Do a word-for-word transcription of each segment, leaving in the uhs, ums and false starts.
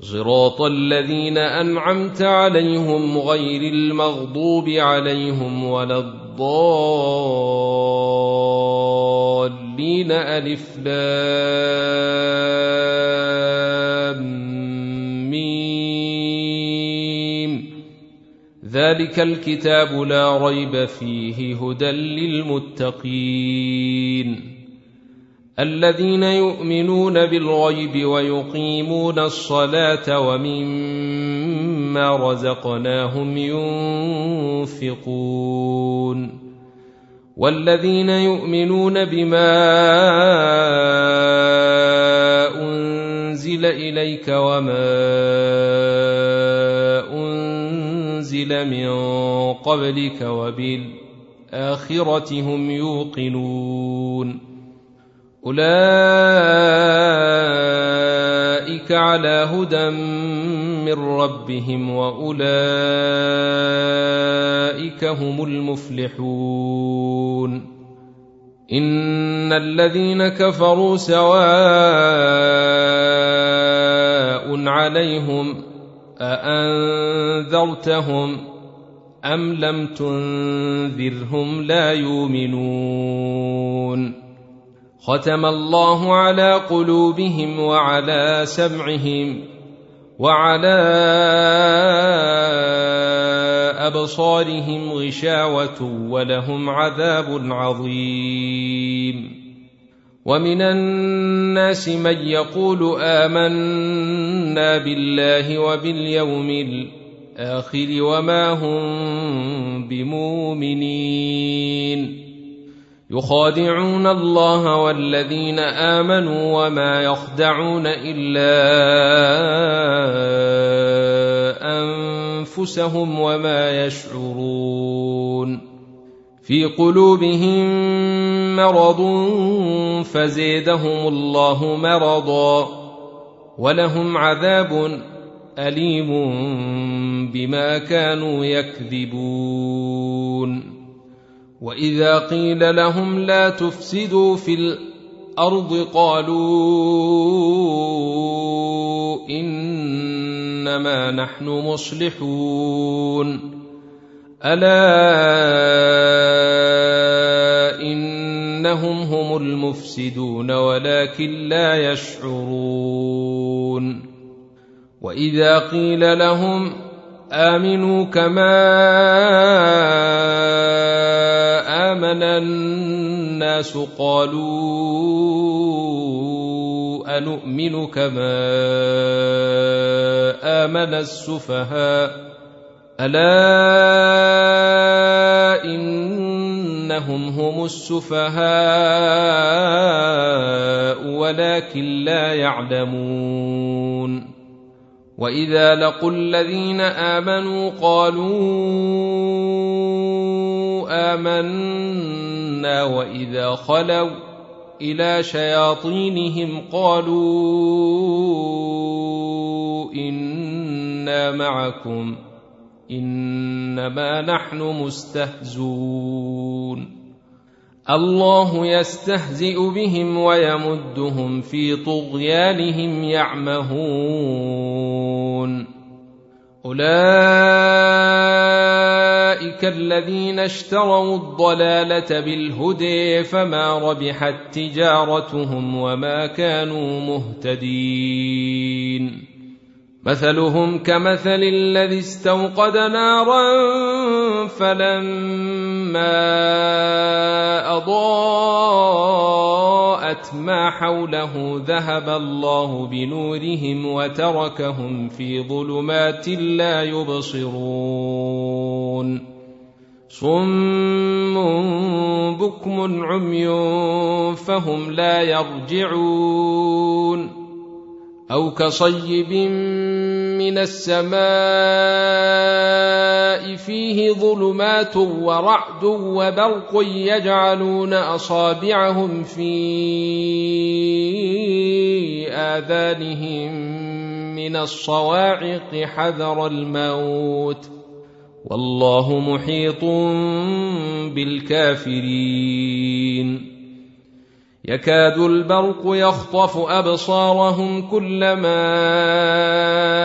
صراط الذين أنعمت عليهم غير المغضوب عليهم ولا الضالين. ألف لام ميم. ذلك الكتاب لا ريب فيه هدى للمتقين الذين يؤمنون بالغيب ويقيمون الصلاة ومما رزقناهم ينفقون والذين يؤمنون بما أنزل إليك وما أنزل من قبلك وبالآخرة هم يوقنون أولئك على هدى من ربهم وأولئك هم المفلحون. إن الذين كفروا سواء عليهم أأنذرتهم أم لم تنذرهم لا يؤمنون. ختم الله على قلوبهم وعلى سمعهم وعلى أبصارهم غشاوة ولهم عذاب عظيم. ومن الناس من يقول آمنا بالله وباليوم الآخر وما هم بمؤمنين يخادعون الله والذين آمنوا وما يخدعون إلا أنفسهم وما يشعرون. في قلوبهم مرض فزادهم الله مرضا ولهم عذاب أليم بما كانوا يكذبون. وإذا قيل لهم لا تفسدوا في الأرض قالوا إنما نحن مصلحون ألا إنهم هم المفسدون ولكن لا يشعرون. وإذا قيل لهم آمنوا كما آمن الناس قالوا أنؤمن كما آمن السفهاء ألا إنهم هم السفهاء ولكن لا يعلمون. وإذا لقوا الذين آمنوا قالوا آمنا وإذا خلوا إلى شياطينهم قالوا إنا معكم إنما نحن مستهزون. الله يستهزئ بهم ويمدهم في طغيانهم يعمهون. أولئك الذين اشتروا الضلالة بالهدى فما ربحت تجارتهم وما كانوا مهتدين. مثلهم كمثل الذي استوقد نارا فلما أضاءت ما حوله ذهب الله بنورهم وتركهم في ظلمات لا يبصرون. صم بكم عمي فهم لا يرجعون. أو كصيب من السماء فيه ظلمات ورعد وبرق يجعلون أصابعهم في آذانهم من الصواعق حذر الموت والله محيط بالكافرين. يكاد البرق يخطف أبصارهم كلما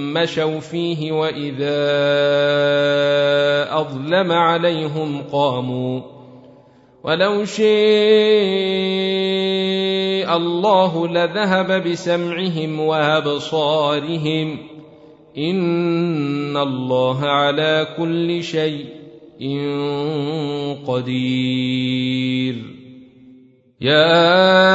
مشوا فيه وإذا أظلم عليهم قاموا ولو شاء الله لذهب بسمعهم وأبصارهم إن الله على كل شيء قدير. يا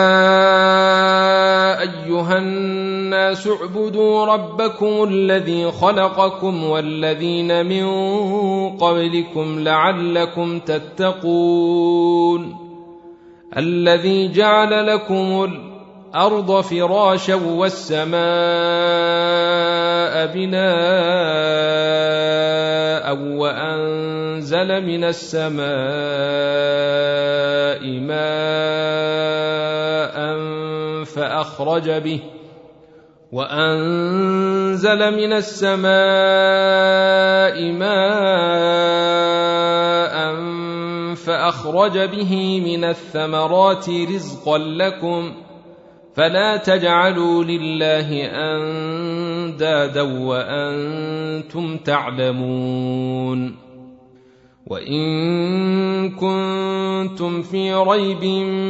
أيها الناس اعبدوا ربكم الذي خلقكم والذين من قبلكم لعلكم تتقون الذي جعل لكم الأرض فراشا والسماء بناء وأنزل من السماء ماء فأخرج به وأنزل من السماء ماء فأخرج به من الثمرات رزقا لكم فلا تجعلوا لله أندادا وأنتم تعلمون. وإن كنتم في ريب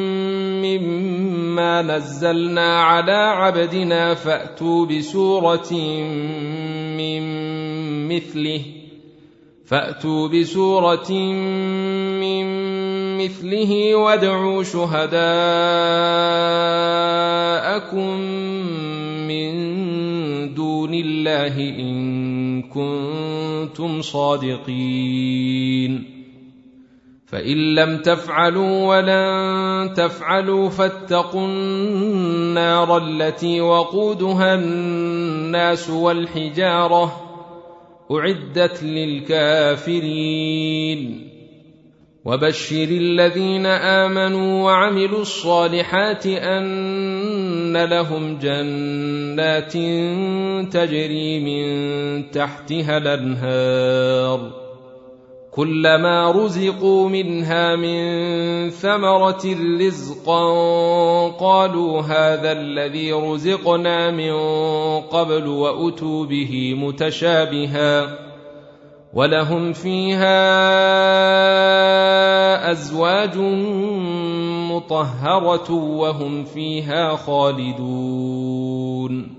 مما نزلنا على عبدنا فأتوا بسورة من مثله فأتوا بسورة من مثله وادعوا شهداءكم من دون الله إن كنتم صادقين. فإن لم تفعلوا ولن تفعلوا فاتقوا النار التي وقودها الناس والحجارة أعدت للكافرين. وبشر الذين آمنوا وعملوا الصالحات أن لهم جنات تجري من تحتها الأنهار كلما رزقوا منها من ثمرة رزقا قالوا هذا الذي رزقنا من قبل وأتوا به متشابها ولهم فيها أزواج مطهرة وهم فيها خالدون.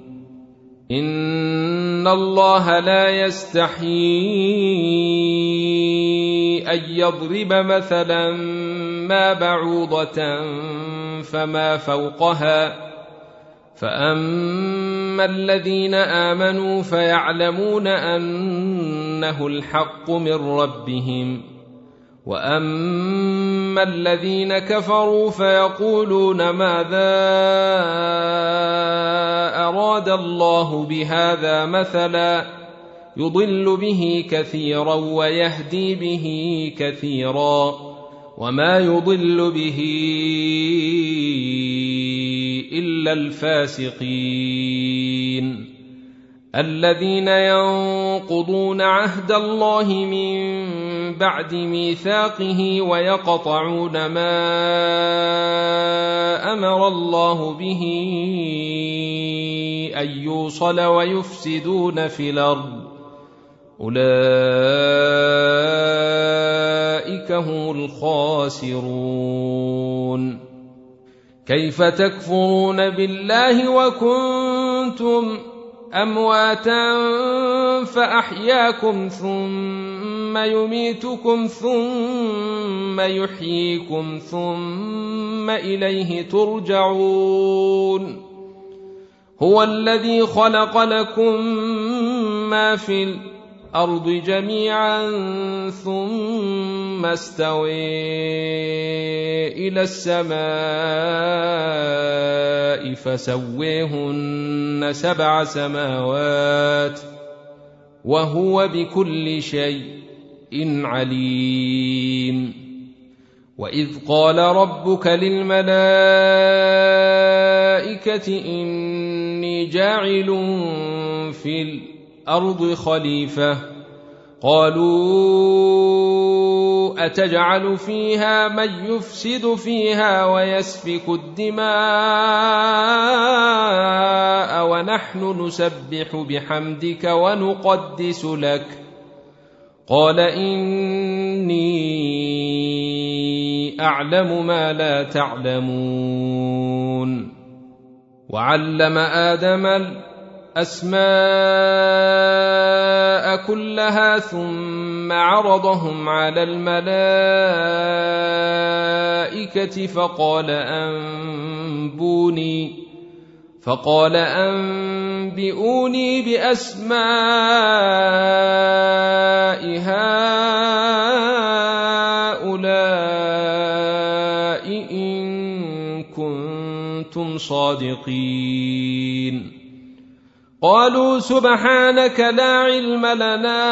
إن الله لا يستحيي أن يضرب مثلا ما بعوضة فما فوقها فأما الذين آمنوا فيعلمون أنه الحق من ربهم وأما الذين كفروا فيقولون ماذا أراد الله بهذا مثلا يضل به كثيرا ويهدي به كثيرا وما يضل به إلا الفاسقين الذين ينقضون عهد الله من بعد ميثاقه ويقطعون ما أمر الله به أن يوصل ويفسدون في الأرض أولئك هم الخاسرون. كيف تكفرون بالله وكنتم أمواتا فأحياكم ثم يميتكم ثم يحييكم ثم إليه ترجعون. هو الذي خلق لكم ما في الأرض جميعا ثم استوى إلى السماء فسويهن سبع سماوات وهو بكل شيء عليم. وإذ قال ربك للملائكة إني جاعل في الأرض خليفة قالوا أتجعل فيها من يفسد فيها ويسفك الدماء ونحن ونحن نسبح بحمدك ونقدس لك قال إني أعلم ما لا تعلمون وعلم آدم الأسماء كلها ثم عرضهم على الملائكة فقال أنبوني فقال أنبئوني بأسماء هؤلاء إن كنتم صادقين قالوا سبحانك لا علم لنا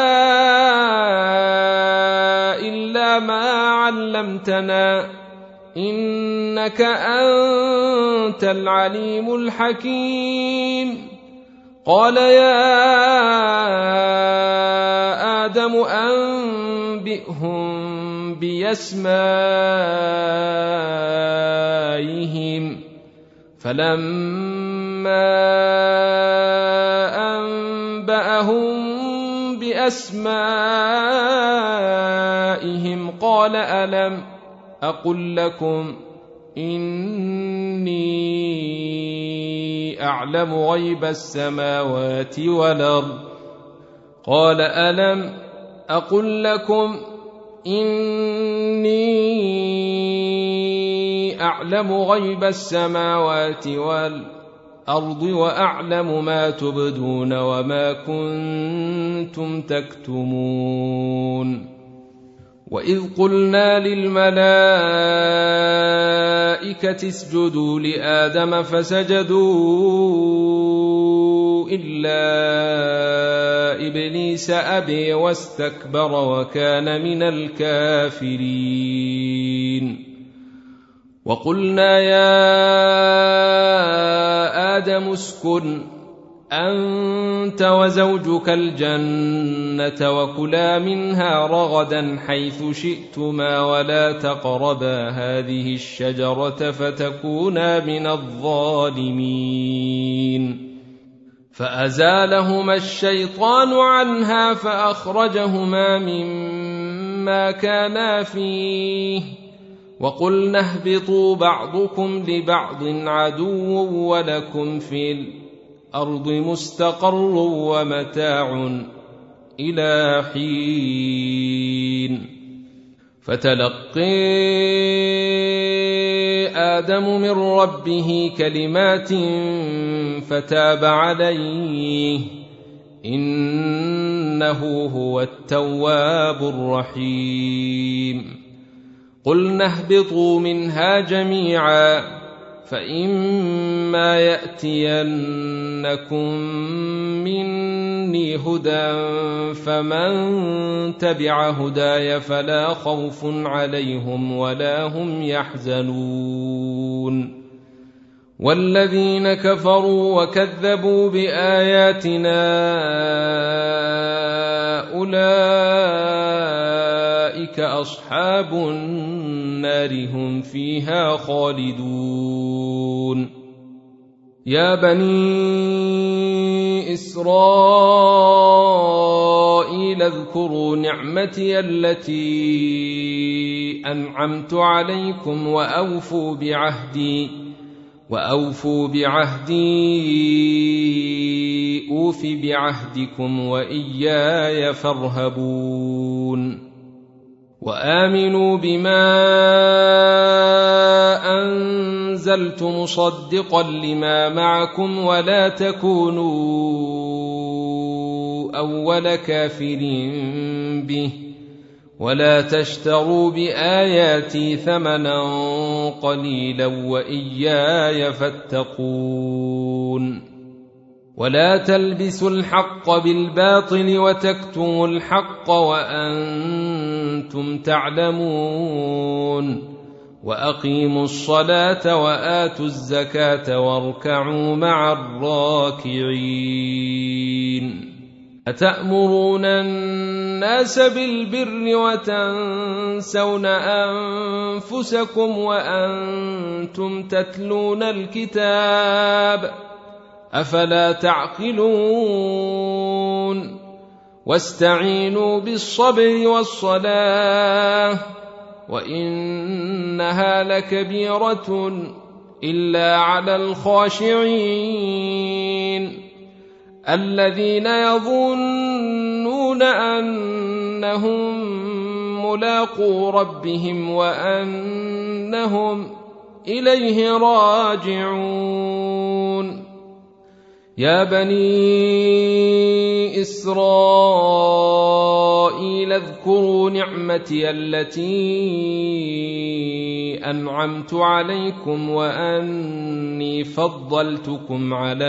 إلا ما علمتنا إنك أنت العليم الحكيم قال يا آدم أنبئهم بأسمائهم فلما أنبأهم بأسمائهم قال ألم أقل لكم إني أعلم غيب السماوات والأرض قال ألم أقل لكم إني أعلم غيب السماوات والأرض وأعلم ما تبدون وما كنتم تكتمون وإذ قلنا للملائكة اسجدوا لآدم فسجدوا إلا إبليس أبي واستكبر وكان من الكافرين وقلنا يا آدم اسكن أنت وزوجك الجنة وكلا منها رغدا حيث شئتما ولا تقربا هذه الشجرة فتكونا من الظالمين فأزالهما الشيطان عنها فأخرجهما مما كانا فيه وقلنا اهبطوا بعضكم لبعض عدو ولكم في الأرض مستقر ومتاع إلى حين فتلقي آدم من ربه كلمات فتاب عليه إنه هو التواب الرحيم قلنا اهبطوا منها جميعا فإما يأتينكم مني هدى فمن تبع هداي فلا خوف عليهم ولا هم يحزنون والذين كفروا وكذبوا بآياتنا أولئك أصحاب النار هم فيها خالدون يا بني إسرائيل اذكروا نعمتي التي أنعمت عليكم وأوفوا بعهدي وأوفوا بعهدي أوف بعهدكم وإياي فارهبون وآمنوا بما أنزلت مصدقا لما معكم ولا تكونوا أول كافر به ولا تشتروا بآياتي ثمنا قليلا وإياي فاتقون ولا تلبسوا الحق بالباطل وتكتموا الحق وأنتم تعلمون وأقيموا الصلاة وآتوا الزكاة واركعوا مع الراكعين أتأمرون الناس بالبر وتنسون أنفسكم وأنتم تتلون الكتاب أفلا تعقلون واستعينوا بالصبر والصلاة وإنها لكبيرة إلا على الخاشعين الذين يظنون أنهم ملاقو ربهم وأنهم إليه راجعون يا بني إسرائيل اذكروا نعمتي التي أنعمت عليكم وأني فضلتكم على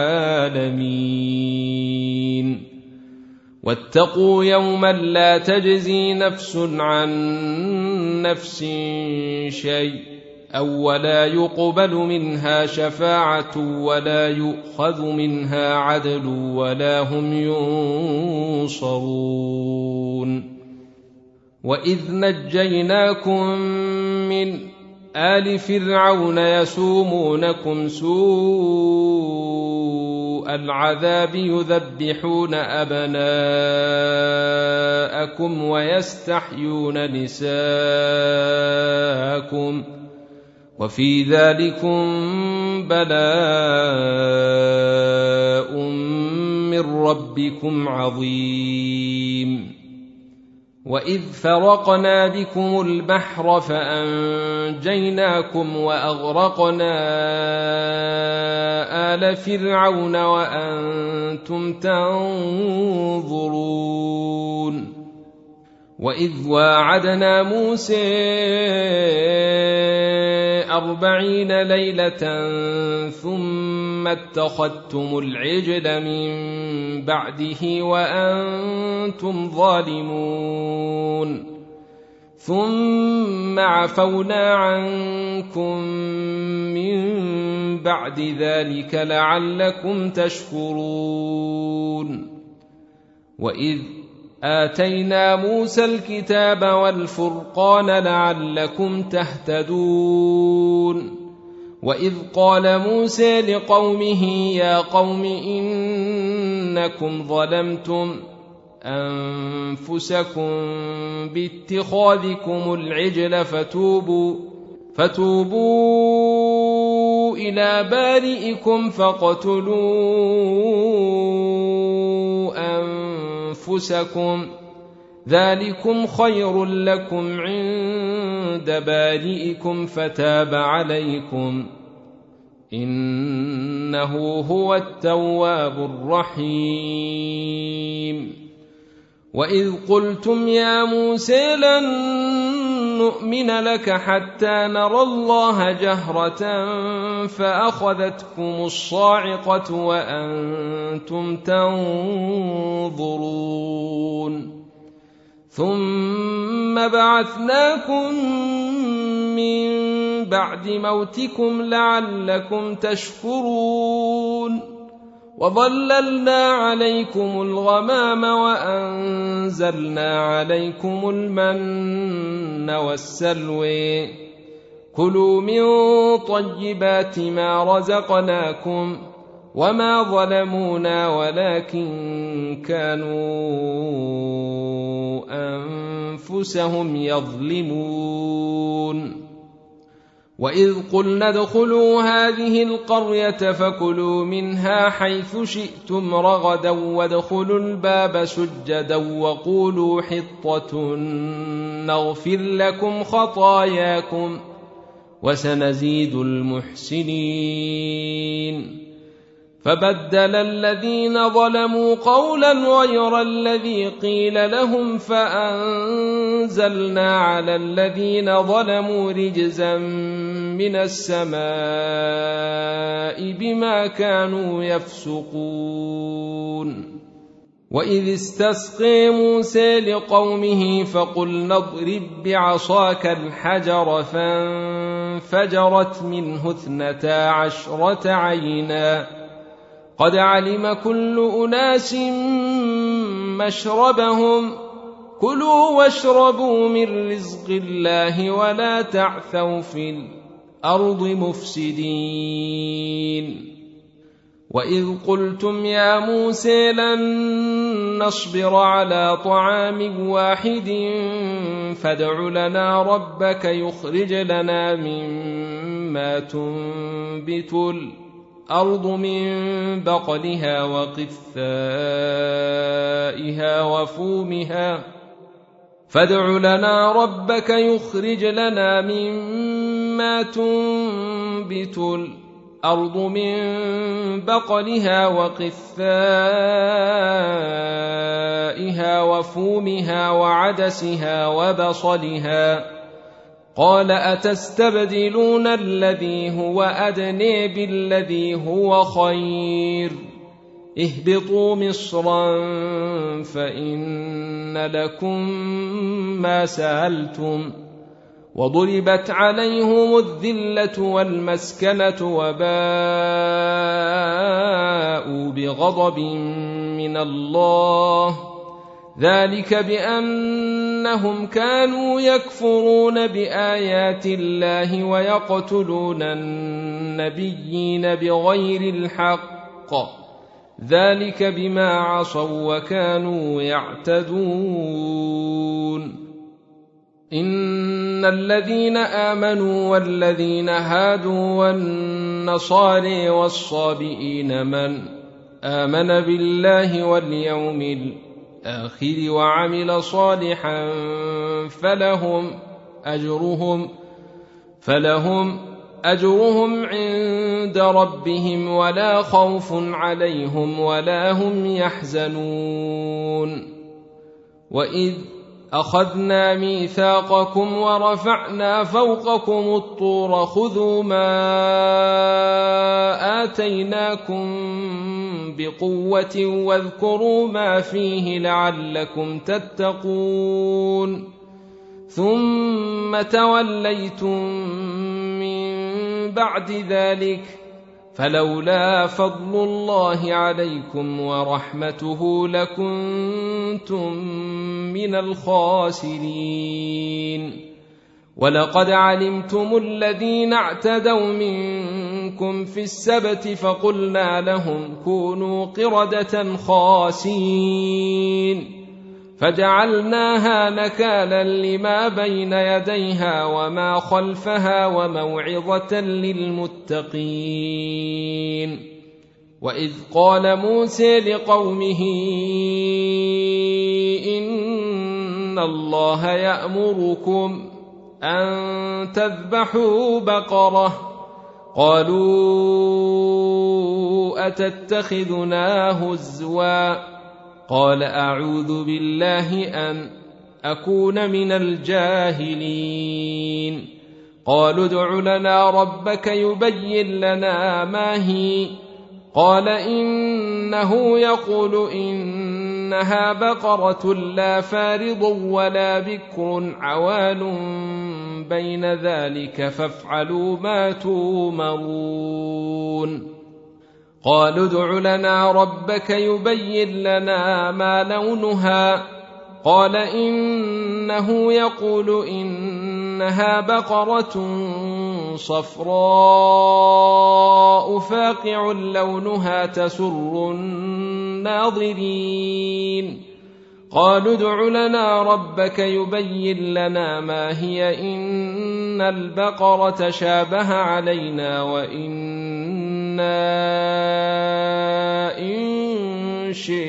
العالمين واتقوا يوما لا تجزي نفس عن نفس شيء أو ولا يقبل منها شفاعة ولا يؤخذ منها عدل ولا هم ينصرون وإذ نجيناكم من آل فرعون يسومونكم سوء العذاب يذبحون أبناءكم ويستحيون نساءكم وفي ذلكم بلاء من ربكم عظيم وإذ فرقنا بكم البحر فأنجيناكم وأغرقنا آل فرعون وأنتم تنظرون وإذ واعدنا موسى أربعين ليلة ثم اتخذتم العجل من بعده وأنتم ظالمون ثم عفونا عنكم من بعد ذلك لعلكم تشكرون وإذ آتينا موسى الكتاب والفرقان لعلكم تهتدون وإذ قال موسى لقومه يا قوم إنكم ظلمتم أنفسكم باتخاذكم العجل فتوبوا فتوبوا إلى بارئكم فاقتلوا أنفسكم ذلكم خير لكم عند بارئكم فتاب عليكم إنه هو التواب الرحيم وإذ قلتم يا موسى لن نؤمن لك حتى نرى الله جهرة فأخذتكم الصاعقة وأنتم تنظرون ثم بعثناكم من بعد موتكم لعلكم تشكرون وظللنا عليكم الغمام وأنزلنا عليكم المن والسلوى كلوا من طيبات ما رزقناكم وما ظلمونا ولكن كانوا أنفسهم يظلمون وإذ قلنا ادخلوا هذه القرية فكلوا منها حيث شئتم رغدا وادخلوا الباب سجدا وقولوا حطة نغفر لكم خطاياكم وسنزيد المحسنين فبدل الذين ظلموا قولا غير الذي قيل لهم فأنزلنا على الذين ظلموا رجزا من السماء بما كانوا يفسقون وإذ استسقى موسى لقومه فقلنا اضرب بعصاك الحجر فانفجرت منه اثنتا عشرة عينا قد علم كل أناس مشربهم كلوا واشربوا من رزق الله ولا تعثوا في الأرض مفسدين وإذ قلتم يا موسى لن نصبر على طعام واحد فادع لنا ربك يخرج لنا مما تنبت الأرض من بقلها وقثائها وفومها فادع لنا ربك يخرج لنا مما تنبت الأرض من بقلها وقثائها وفومها وعدسها وبصلها قال أتستبدلون الذي هو أدنى بالذي هو خير اهبطوا مصرا فإن لكم ما سألتم وضربت عليهم الذلة والمسكنة وباءوا بغضب من الله ذلك بأنهم كانوا يكفرون بآيات الله ويقتلون النبيين بغير الحق ذلك بما عصوا وكانوا يعتدون إن الذين آمنوا والذين هادوا والنصارى والصابئين من آمن بالله واليوم الآخر وعمل صالحا فلهم أجرهم فلهم أجرهم عند ربهم ولا خوف عليهم ولا هم يحزنون وإذ أخذنا ميثاقكم ورفعنا فوقكم الطور خذوا ما آتيناكم بقوة واذكروا ما فيه لعلكم تتقون ثم توليتم من بعد ذلك فلولا فضل الله عليكم ورحمته لكنتم من الخاسرين ولقد علمتم الذين اعتدوا منكم في السبت فقلنا لهم كونوا قردة خاسئين فجعلناها نكالا لما بين يديها وما خلفها وموعظة للمتقين وإذ قال موسى لقومه إن الله يأمركم أن تذبحوا بقرة قالوا أتتخذنا هزوا قال أعوذ بالله أن أكون من الجاهلين قالوا ادع لنا ربك يبين لنا ما هي قال إنه يقول إنها بقرة لا فارض ولا بكر عوان بين ذلك فافعلوا ما تؤمرون قالوا ادع لنا ربك يبين لنا ما لونها قال إنه يقول إنها بقرة صفراء فاقع لونها تسر الناظرين قالوا ادع لنا ربك يبين لنا ما هي إن البقرة شابه علينا وإنا إن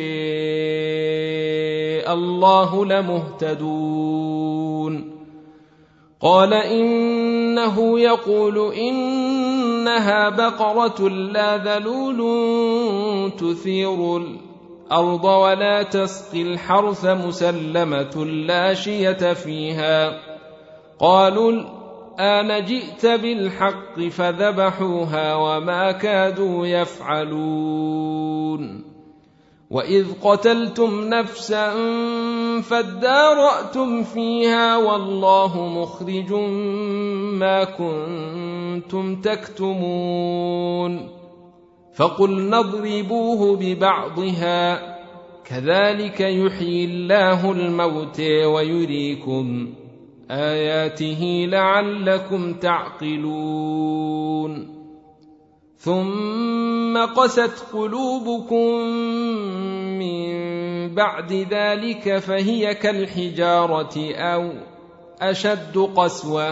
شاء الله لمهتدون قال إنه يقول إنها بقرة لا ذلول تثير الأرض ولا تسقي الحرث مسلمة لا شية فيها قالوا الآن جئت بالحق فذبحوها وما كادوا يفعلون وإذ قتلتم نفسا فادارأتم فيها والله مخرج ما كنتم تكتمون فقلنا اضربوه ببعضها كذلك يحيي الله الموتى ويريكم آياته لعلكم تعقلون ثم ثم قست قلوبكم من بعد ذلك فهي كالحجارة أو أشد قسوة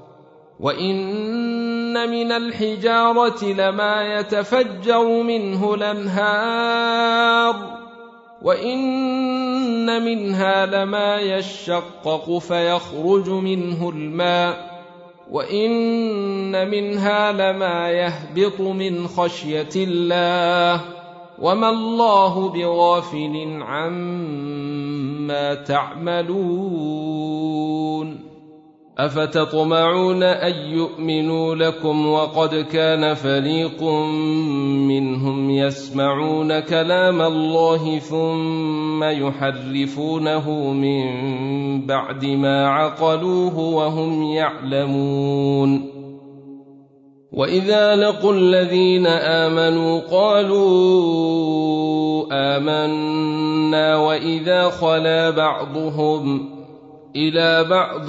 وإن من الحجارة لما يتفجر منه الأنهار وإن منها لما يشقق فيخرج منه الماء وإن منها لما يهبط من خشية الله وما الله بغافل عما تعملون أفتطمعون أن يؤمنوا لكم وقد كان فريق منهم يسمعون كلام الله ثم يحرفونه من بعد ما عقلوه وهم يعلمون وإذا لقوا الذين آمنوا قالوا آمنا وإذا خلا بعضهم إلى بعض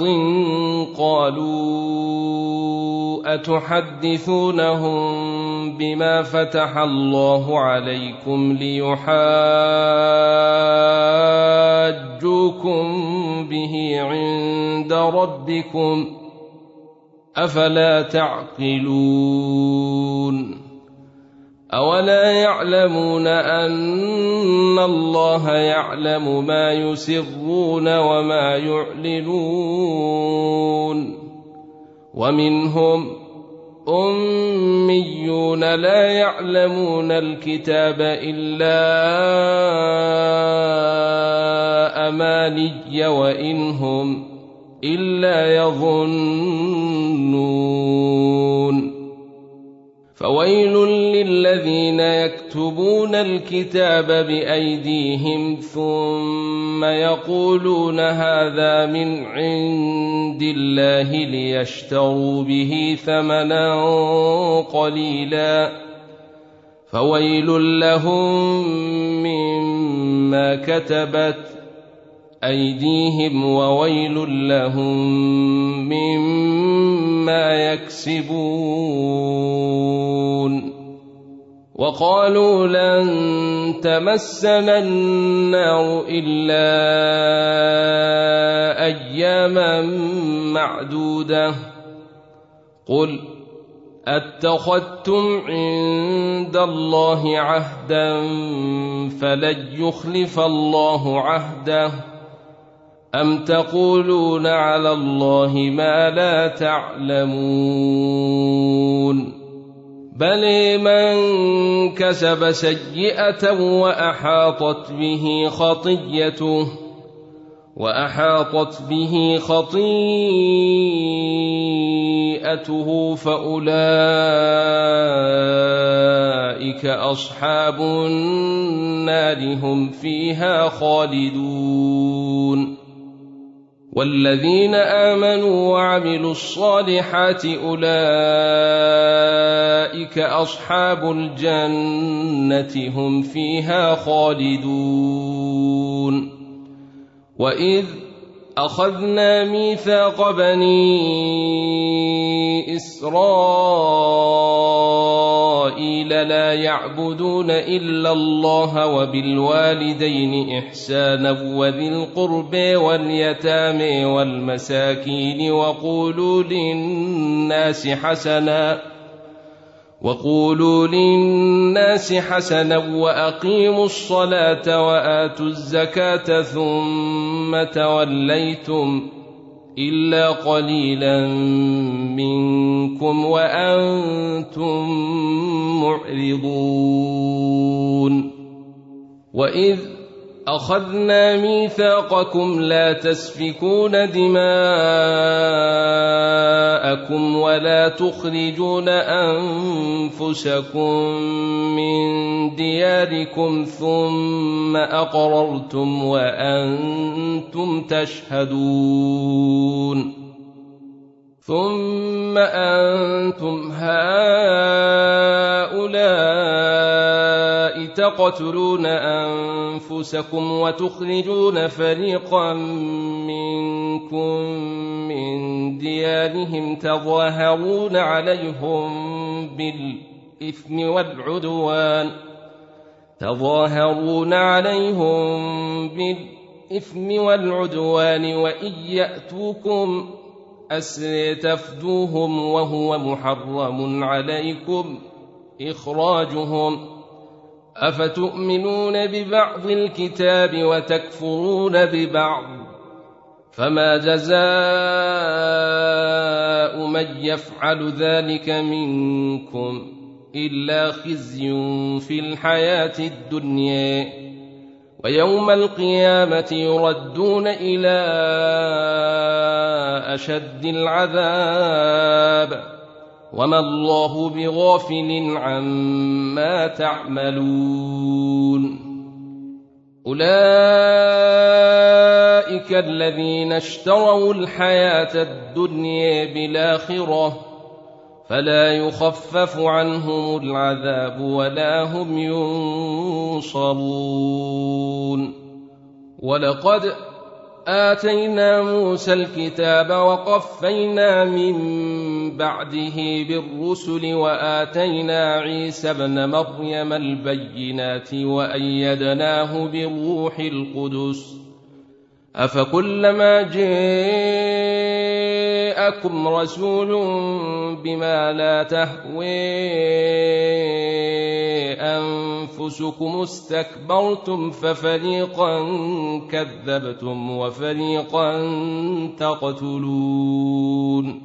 قالوا أتحدثونهم بما فتح الله عليكم ليحاجوكم به عند ربكم أفلا تعقلون أولا يعلمون أن الله يعلم ما يسرون وما يعلنون ومنهم أميون لا يعلمون الكتاب إلا أماني وإنهم إلا يظنون فويل للذين يكتبون الكتاب بأيديهم ثم يقولون هذا من عند الله ليشتروا به ثمنا قليلا فويل لهم مما كتبت أيديهم وويل لهم مما يكسبون وقالوا لن تمسنا النار إلا أياما معدودة قل أتخذتم عند الله عهدا فلن يخلف الله عهده أم تقولون على الله ما لا تعلمون بل من كسب سيئة وأحاطت به خطيئته وأحاطت به خطيئته فأولئك أصحاب النار هم فيها خالدون والذين آمنوا وعملوا الصالحات أولئك أصحاب الجنة هم فيها خالدون وإذ أخذنا ميثاق بني إسرائيل لا يعبدون إلا الله وبالوالدين إحسانا وذي القرب واليتامى والمساكين وقولوا للناس حسنا وقولوا للناس حسنا وأقيموا الصلاة وآتوا الزكاة ثم توليتم إلا قليلا منكم وأنتم معرضون وإذ أخذنا ميثاقكم لا تسفكون دماءكم ولا تخرجون أنفسكم من دياركم ثم أقررتم وأنتم تشهدون ثم أنتم هؤلاء تقتلون أنفسكم وتخرجون فريقا منكم من ديارهم تظاهرون عليهم بالإثم والعدوان تظاهرون عليهم بالإثم والعدوان وإن يأتوكم أسرى تفدوهم وهو محرم عليكم إخراجهم أفتؤمنون ببعض الكتاب وتكفرون ببعض فما جزاء من يفعل ذلك منكم إلا خزي في الحياة الدنيا ويوم القيامة يردون إلى أشد العذاب وما الله بغافل عما تعملون أولئك الذين اشتروا الحياة الدنيا بالآخرة فلا يخفف عنهم العذاب ولا هم ينصرون ولقد آتينا موسى الكتاب وقفينا من بعده بالرسل وآتينا عيسى ابن مريم البينات وأيدناه بالروح القدس أفكلما جاءكم رسول بما لا تهوي أنفسكم استكبرتم ففريقا كذبتم وفريقا تقتلون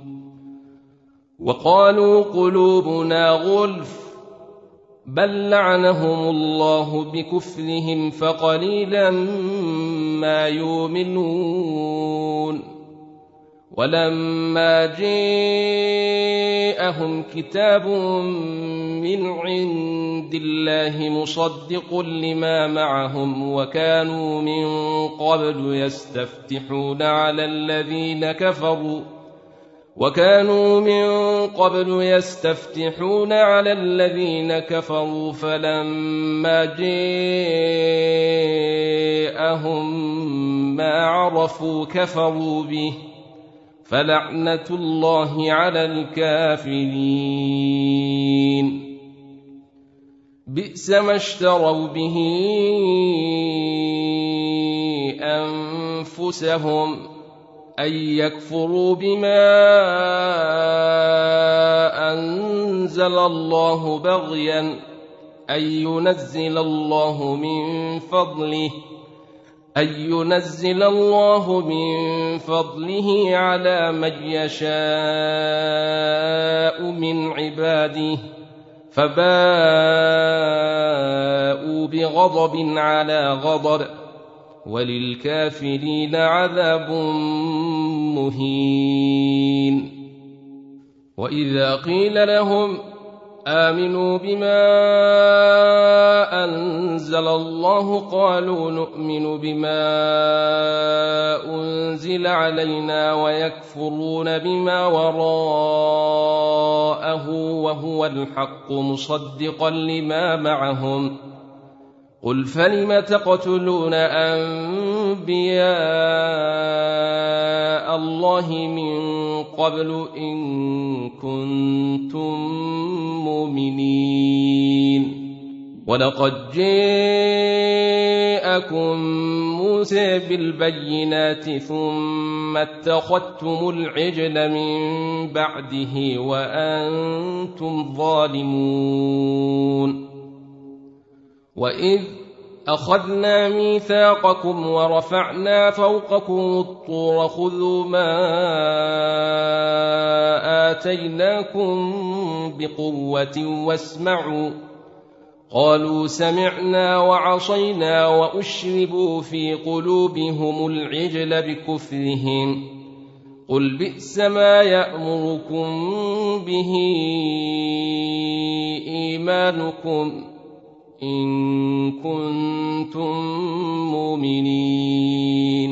وقالوا قلوبنا غلف بل لعنهم الله بكفرهم فقليلا ما يؤمنون ولما جاءهم كتاب من عند الله مصدق لما معهم وكانوا من قبل يستفتحون على الذين كفروا وكانوا من قبل يستفتحون على الذين كفروا فلما جاءهم ما عرفوا كفروا به فلعنة الله على الكافرين بئس ما اشتروا به أنفسهم أن يكفروا بما أنزل الله بغيا أن ينزل الله من فضله أن ينزل الله من فضله على من يشاء من عباده فباءوا بغضب على غضب وللكافرين عذاب مهين وإذا قيل لهم آمنوا بما أنزل الله قالوا نؤمن بما أنزل علينا ويكفرون بما وراءه وهو الحق مصدقا لما معهم قل فلم تقتلون أنبياء الله من قبل إن كنتم مؤمنين ولقد جاءكم موسى بالبينات ثم اتخذتم العجل من بعده وأنتم ظالمون وإذ أخذنا ميثاقكم ورفعنا فوقكم الطور خذوا ما آتيناكم بقوة واسمعوا قالوا سمعنا وعصينا وأشربوا في قلوبهم العجل بكفرهم قل بئس ما يأمركم به إيمانكم إن كنتم مؤمنين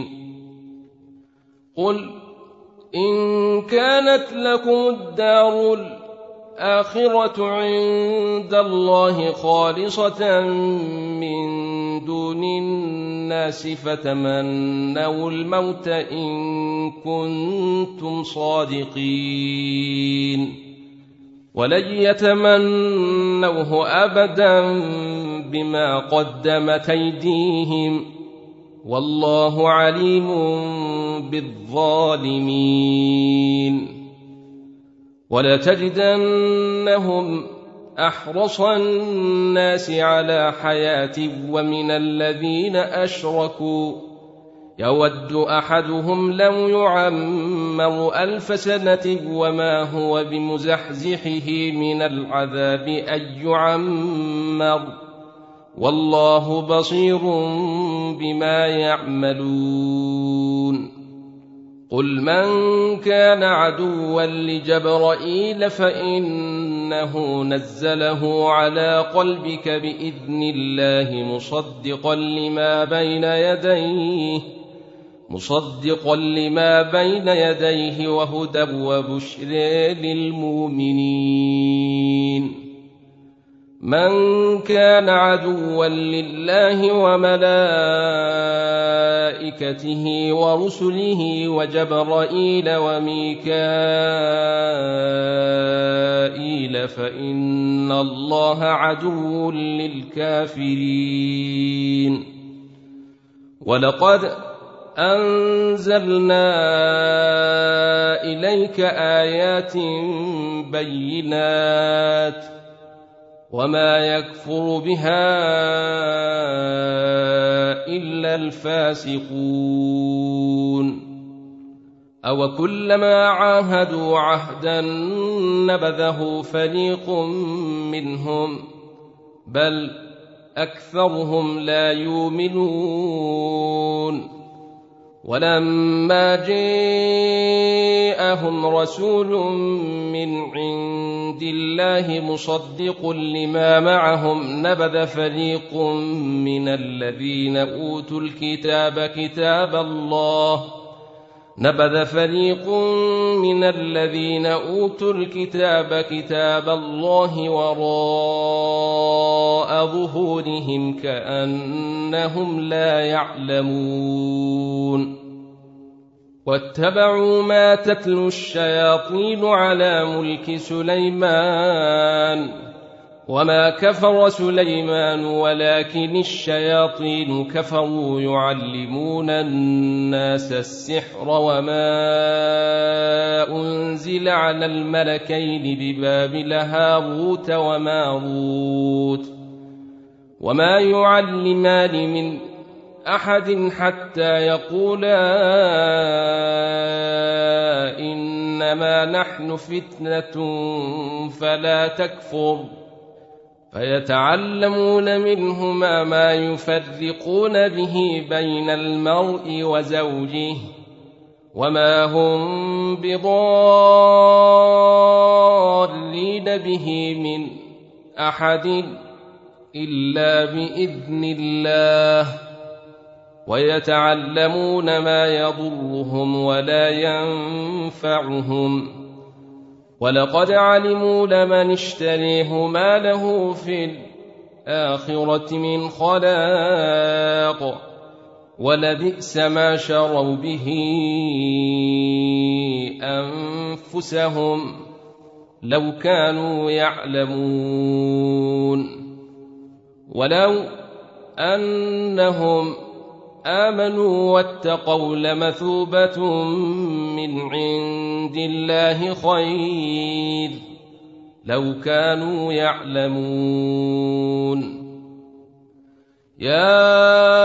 قل إن كانت لكم الدار الآخرة عند الله خالصة من دون الناس فتمنوا الموت إن كنتم صادقين ولن يتمنوه أبدا بما قدمت أيديهم والله عليم بالظالمين. ولتجدنهم أحرص الناس على حياة ومن الذين أشركوا يود أحدهم لو يعمر ألف سنة وما هو بمزحزحه من العذاب أن يعمر والله بصير بما يعملون. قل من كان عدوا لجبرائيل فإنه نزله على قلبك بإذن الله مصدقا لما بين يديه مصدقا لما بين يديه وهدى وبشر للمؤمنين. من كان عدوا لله وملائكته ورسله وجبرائيل وميكائيل فإن الله عدو للكافرين. ولقد أنزلنا إليك آيات بينات وما يكفر بها إلا الفاسقون. أو كلما عاهدوا عهدا نبذه فريق منهم بل أكثرهم لا يؤمنون. ولما جاءهم رسول من عند الله مصدق لما معهم نبذ فريق من الذين أوتوا الكتاب كتاب الله نبذ فريق من الذين أوتوا الكتاب كتاب الله وراء ظهورهم كأنهم لا يعلمون. واتبعوا ما تتلو الشياطين على ملك سليمان وما كفر سليمان ولكن الشياطين كفروا يعلمون الناس السحر وما أنزل على الملكين ببابل هاروت وماروت وما يعلمان من أحد حتى يقولا إنما نحن فتنة فلا تكفر فيتعلمون منهما ما يفرقون به بين المرء وزوجه وما هم بضارين به من أحد إلا بإذن الله ويتعلمون ما يضرهم ولا ينفعهم ولقد علموا لمن اشتريه ما له في الآخرة من خلاق ولبئس ما شروا به أنفسهم لو كانوا يعلمون. ولو أنهم آمنوا واتقوا لمثوبة من عند الله خير لو كانوا يعلمون. يا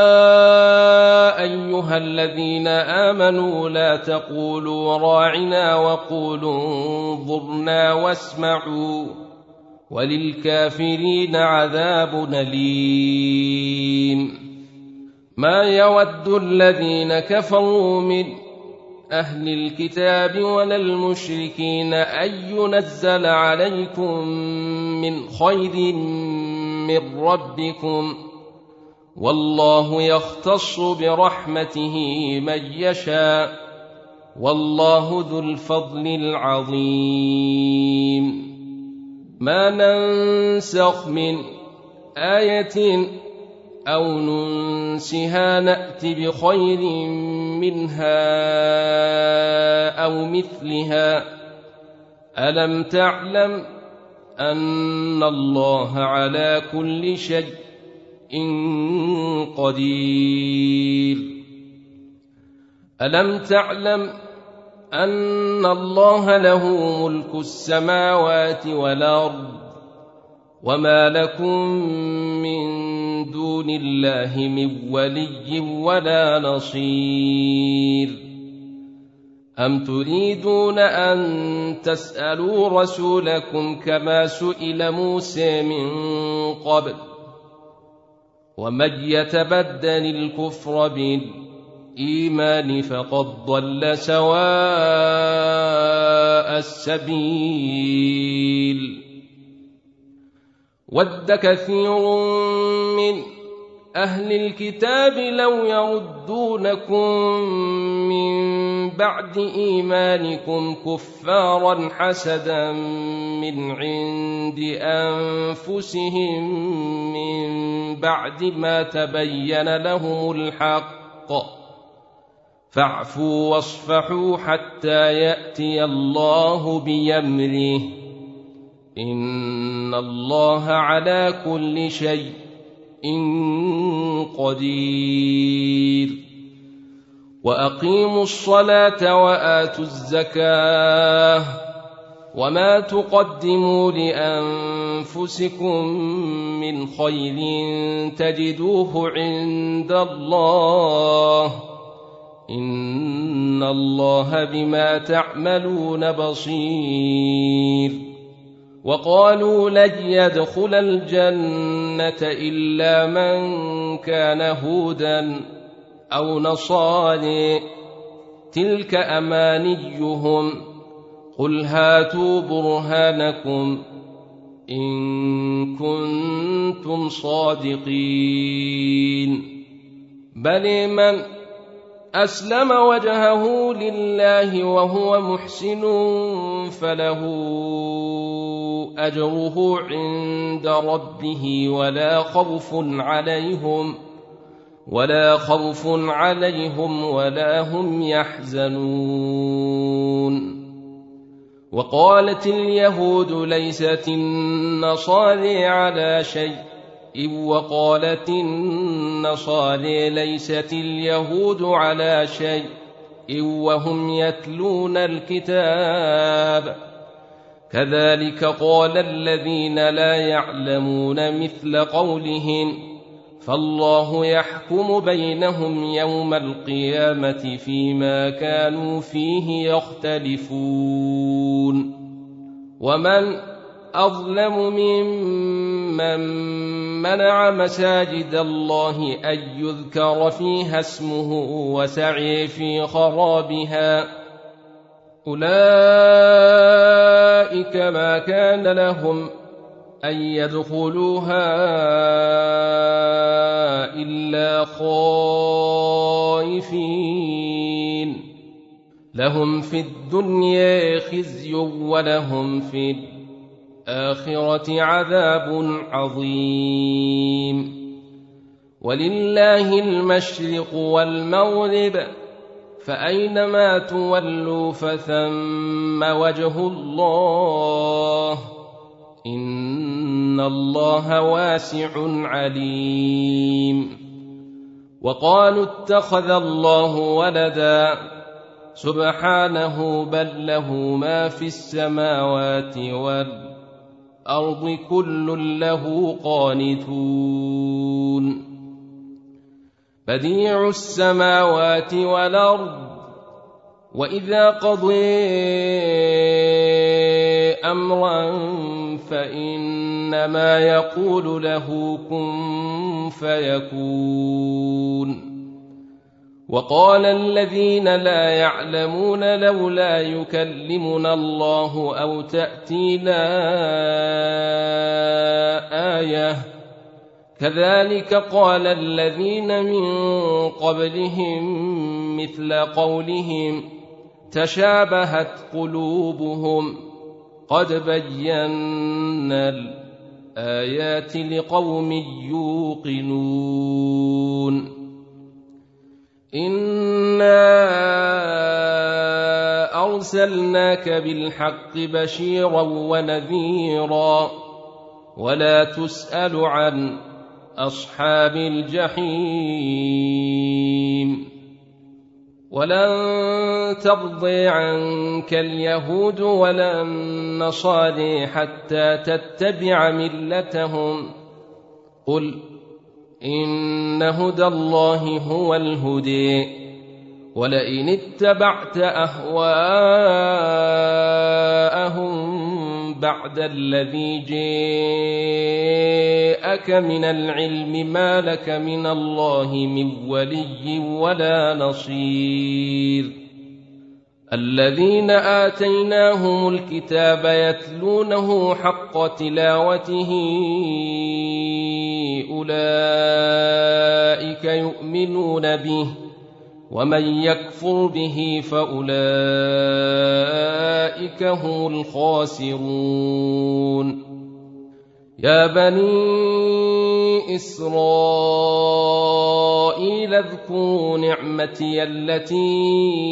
أيها الذين آمنوا لا تقولوا راعنا وقولوا انظرنا واسمعوا وللكافرين عذاب أليم. ما يود الذين كفروا من أهل الكتاب ولا المشركين أن ينزل عليكم من خير من ربكم والله يختص برحمته من يشاء والله ذو الفضل العظيم. ما ننسخ من آية أو ننسها نأت بخير منها أو مثلها. ألم تعلم أن الله على كل شيء قدير. ألم تعلم أن الله له ملك السماوات والأرض وما لكم من دون الله من ولي ولا نصير؟ أم تريدون أن تسألوا رسولكم كما سئل موسى من قبل؟ ومن يتبدل الكفر بالإيمان فقد ضل سواء السبيل. ود كثير من أهل الكتاب لو يردونكم من بعد إيمانكم كفارا حسدا من عند أنفسهم من بعد ما تبين لهم الحق، فاعفوا واصفحوا حتى يأتي الله بأمره، إن الله على كل شيء قدير. وأقيموا الصلاة وآتوا الزكاة وما تقدموا لأنفسكم من خير تجدوه عند الله، إن الله بما تعملون بصير. وقالوا لن يدخل الجنة إلا من كان هودا أو نصارى، تلك أمانيهم، قل هاتوا برهانكم إن كنتم صادقين. بل من أسلم وجهه لله وهو محسن فله أجره عند ربه ولا خوف عليهم ولا خوف عليهم ولا هم يحزنون. وقالت اليهود ليست النصارى على شيء، وقالت النصارى ليست اليهود على شيء وهم يتلون الكتاب، كذلك قال الذين لا يعلمون مثل قولهم، فالله يحكم بينهم يوم القيامة فيما كانوا فيه يختلفون. ومن أظلم ممن منع مساجد الله أن يذكر فيها اسمه وسعي في خرابها، أولئك ما كان لهم أن يدخلوها إلا خائفين، لهم في الدنيا خزي ولهم في الآخرة عذاب عظيم. ولله المشرق والمغرب، فأينما تولوا فثم وجه الله، إن الله واسع عليم. وقالوا اتخذ الله ولدا، سبحانه بل له ما في السماوات والأرض كل له قانتون. بديع السماوات والأرض، وإذا قضي أمرا فإنما يقول له كن فيكون. وقال الذين لا يعلمون لولا يكلمنا الله أو تأتينا آية، كذلك قال الذين من قبلهم مثل قولهم تشابهت قلوبهم، قد بينا الآيات لقوم يوقنون. إنا أرسلناك بالحق بشيرا ونذيرا ولا تسأل عن أصحاب الجحيم. ولن ترضي عنك اليهود ولا النصارى حتى تتبع ملتهم قل إن هدى الله هو الهدي ولئن اتبعت أهواءهم بعد الذي جاءك من العلم ما لك من الله من ولي ولا نصير. الذين آتيناهم الكتاب يتلونه حق تلاوته أولئك يؤمنون به ومن يكفر به فأولئك هم الخاسرون. يا بني إسرائيل اذكروا نعمتي التي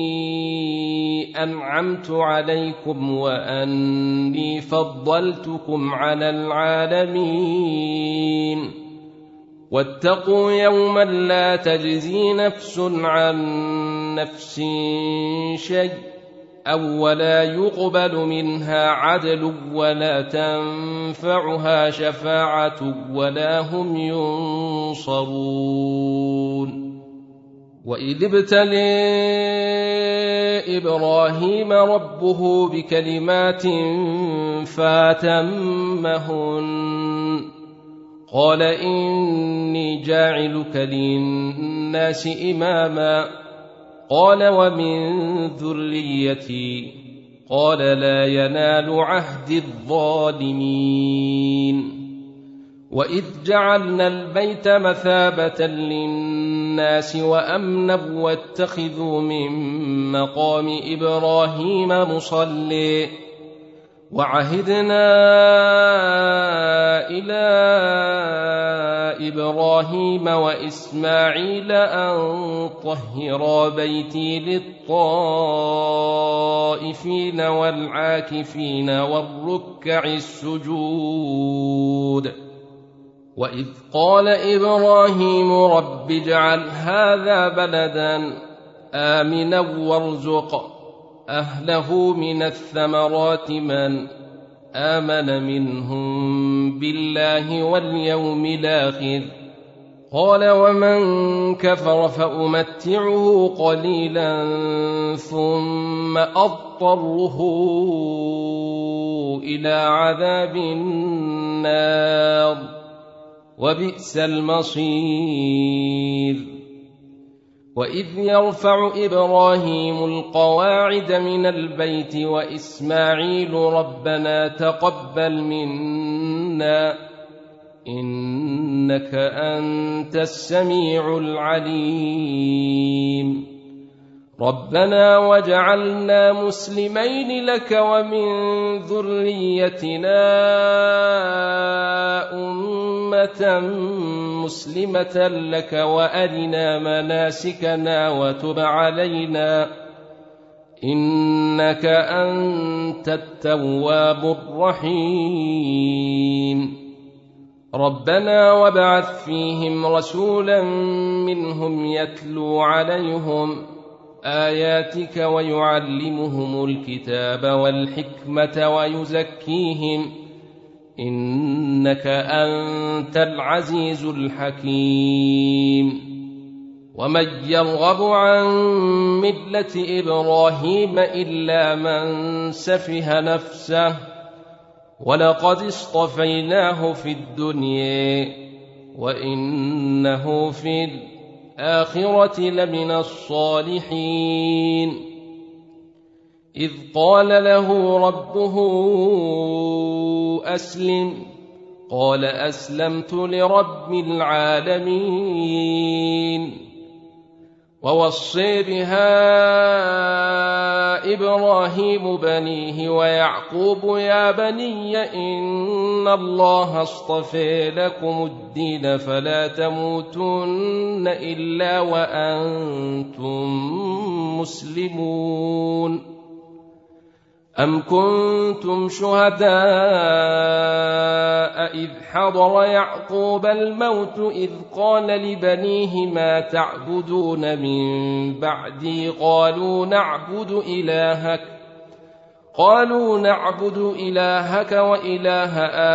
أنعمت عليكم وأني فضلتكم على العالمين. واتقوا يوما لا تجزي نفس عن نفس شيء أو ولا يقبل منها عدل ولا تنفعها شفاعة ولا هم ينصرون. وإذ ابتلى إبراهيم ربه بكلمات فأتمهن قال إني جاعلك للناس إماما قال ومن ذريتي قال لا ينال عهد الظالمين. وإذ جعلنا البيت مثابة للناس وأمنا واتخذوا من مقام إبراهيم مصلى وعهدنا إلى إبراهيم وإسماعيل أن طهرا بيتي للطائفين والعاكفين والركع السجود. وإذ قال إبراهيم رب اجعل هذا بلدا آمنا وارزق أهله من الثمرات من آمن منهم بالله واليوم الآخر قال ومن كفر فأمتعه قليلا ثم أضطره إلى عذاب النار وبئس المصير. وإذ يرفع إبراهيم القواعد من البيت وإسماعيل ربنا تقبل منا إنك أنت السميع العليم. ربنا وجعلنا مسلمين لك ومن ذريتنا أمة مسلمة لك وأرنا مناسكنا وتب علينا إنك أنت التواب الرحيم. ربنا وابعث فيهم رسولا منهم يتلو عليهم آياتك ويعلمهم الكتاب والحكمة ويزكيهم إنك أنت العزيز الحكيم. ومن يرغب عن ملة إبراهيم إلا من سفه نفسه ولقد اصطفيناه في الدنيا وإنه في الآخرة لمن الصالحين. إذ قال له ربه أسلم قال أسلمت لرب العالمين. ووصي بها إبراهيم بنيه ويعقوب يا بني إن الله اصطفى لكم الدين فلا تموتن إلا وأنتم مسلمون. أم كنتم شهداء إذ حضر يعقوب الموت إذ قال لبنيه ما تعبدون من بعدي قالوا نعبد إلهك قالوا نعبد إلهك وإله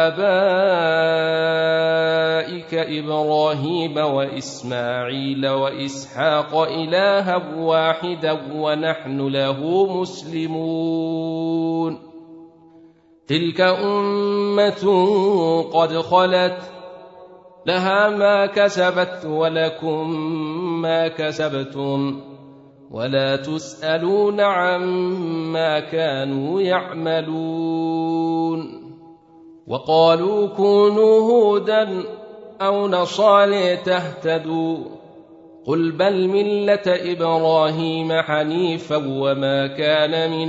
آبائك إبراهيم وإسماعيل وإسحاق إلها واحدا ونحن له مسلمون تلك أمة قد خلت لها ما كسبت ولكم ما كسبتم ولا تسألون عما كانوا يعملون وقالوا كونوا هودا أو نصارى تهتدوا قل بل ملة إبراهيم حنيفا وما كان من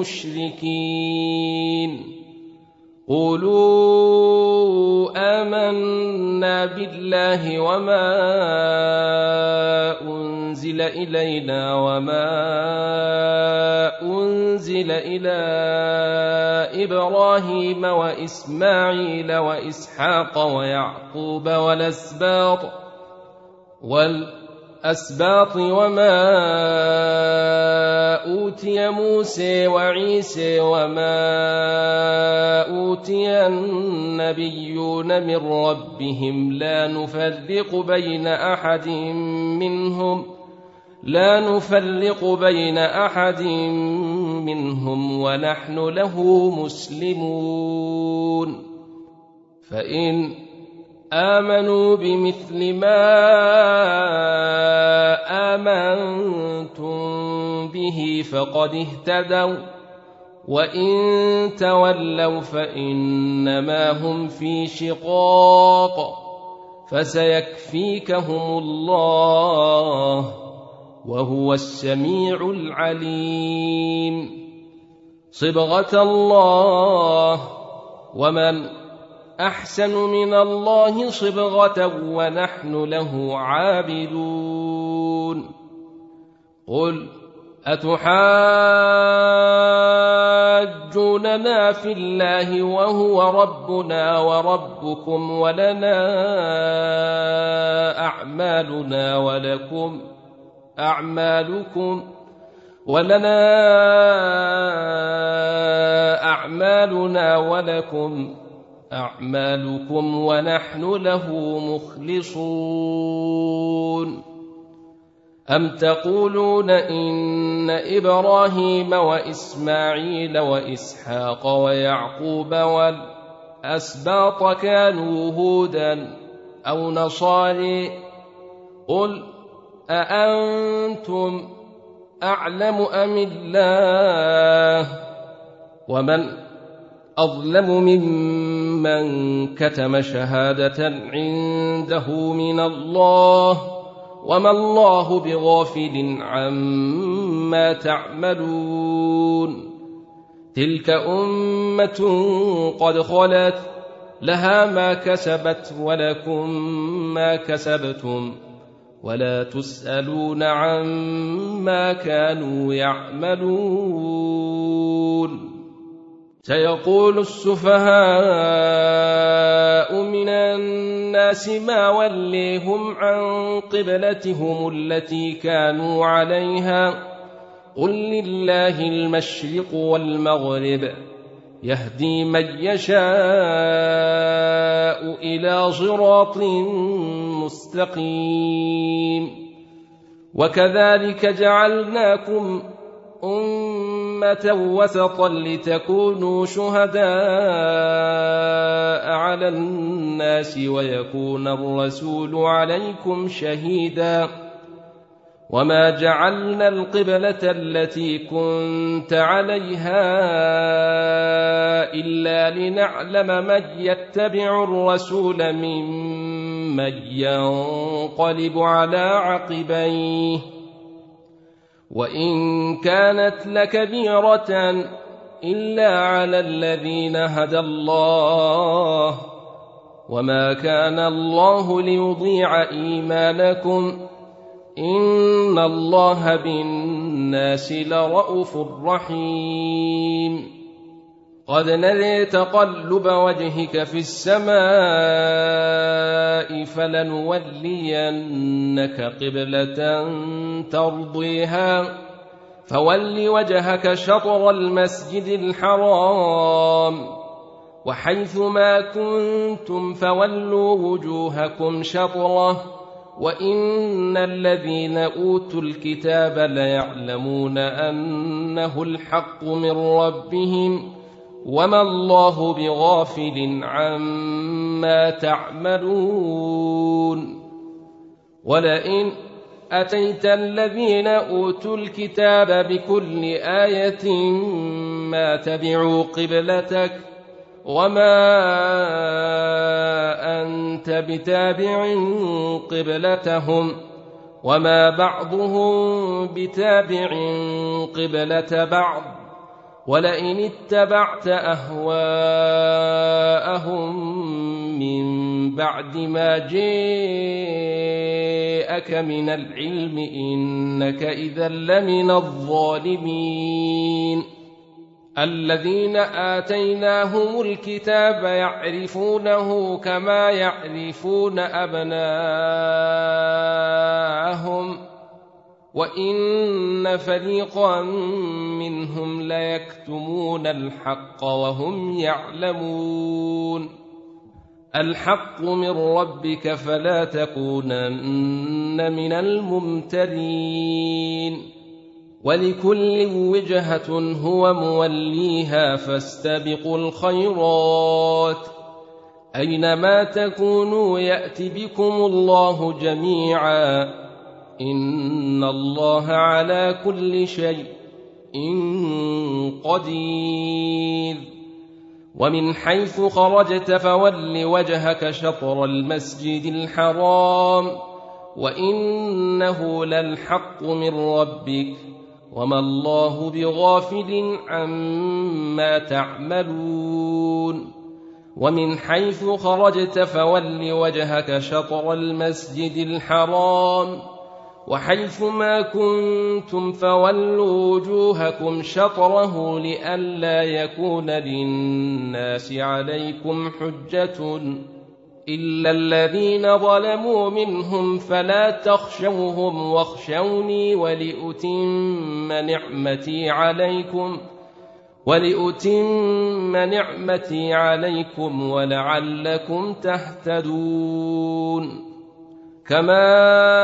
المشركين قولوا آمنا بالله وما أنزل إلينا وما أنزل إلى إبراهيم وإسماعيل وإسحاق ويعقوب والأسباط والأسباط وما أوتي موسى وعيسى وما أوتي النبيون من ربهم لا نفرق بين أحد منهم لا نفرق بين أحد منهم ونحن له مسلمون فإن آمنوا بمثل ما آمنتم به فقد اهتدوا وإن تولوا فإنما هم في شقاق فسيكفيكهم الله وهو السميع العليم صبغة الله ومن أحسن من الله صبغة ونحن له عابدون قل أتحاجوننا في الله وهو ربنا وربكم ولنا أعمالنا ولكم أعمالكم ولنا أعمالنا ولكم أعمالكم ونحن له مخلصون أم تقولون إن إبراهيم وإسماعيل وإسحاق ويعقوب والأسباط كانوا هودا أو نصارى قل أأنتم أعلم أم الله ومن أظلم ممن كتم شهادة عنده من الله وما الله بغافل عما تعملون تلك أمة قد خلت لها ما كسبت ولكم ما كسبتم ولا تسألون عما كانوا يعملون سيقول السفهاء من الناس ما وليهم عن قبلتهم التي كانوا عليها قل لله المشرق والمغرب يهدي من يشاء إلى صراط مستقيم وكذلك جعلناكم أمة وسطا لتكونوا شهداء على الناس ويكون الرسول عليكم شهيدا وما جعلنا القبلة التي كنت عليها إلا لنعلم من يتبع الرسول ممن ينقلب على عقبيه وإن كانت لكبيرة إلا على الذين هدى الله وما كان الله ليضيع إيمانكم إن الله بالناس لرءوف رحيم قد نري تقلب وجهك في السماء فلنولينك قبلة ترضيها فول وجهك شطر المسجد الحرام وحيث ما كنتم فولوا وجوهكم شطره وإن الذين أوتوا الكتاب ليعلمون أنه الحق من ربهم وما الله بغافل عما تعملون ولئن أتيت الذين أوتوا الكتاب بكل آية ما تبعوا قبلتك وما أنت بتابع قبلتهم وما بعضهم بتابع قبلة بعض ولئن اتبعت أهواءهم من بعد ما جاءك من العلم إنك إذا لمن الظالمين الذين آتيناهم الكتاب يعرفونه كما يعرفون أبناءهم وإن فريقا منهم ليكتمون الحق وهم يعلمون الحق من ربك فلا تكونن من الممترين ولكل وجهة هو موليها فاستبقوا الخيرات أينما تكونوا يأت بكم الله جميعا إن الله على كل شيء قدير ومن حيث خرجت فول وجهك شطر المسجد الحرام وإنه للحق من ربك وما الله بغافل عما تعملون ومن حيث خرجت فول وجهك شطر المسجد الحرام وحيث ما كنتم فولوا وجوهكم شطره لئلا يكون للناس عليكم حجة إلا الذين ظلموا منهم فلا تخشوهم واخشوني ولأتم نعمتي عليكم ولأتم نعمتي عليكم ولعلكم تهتدون كما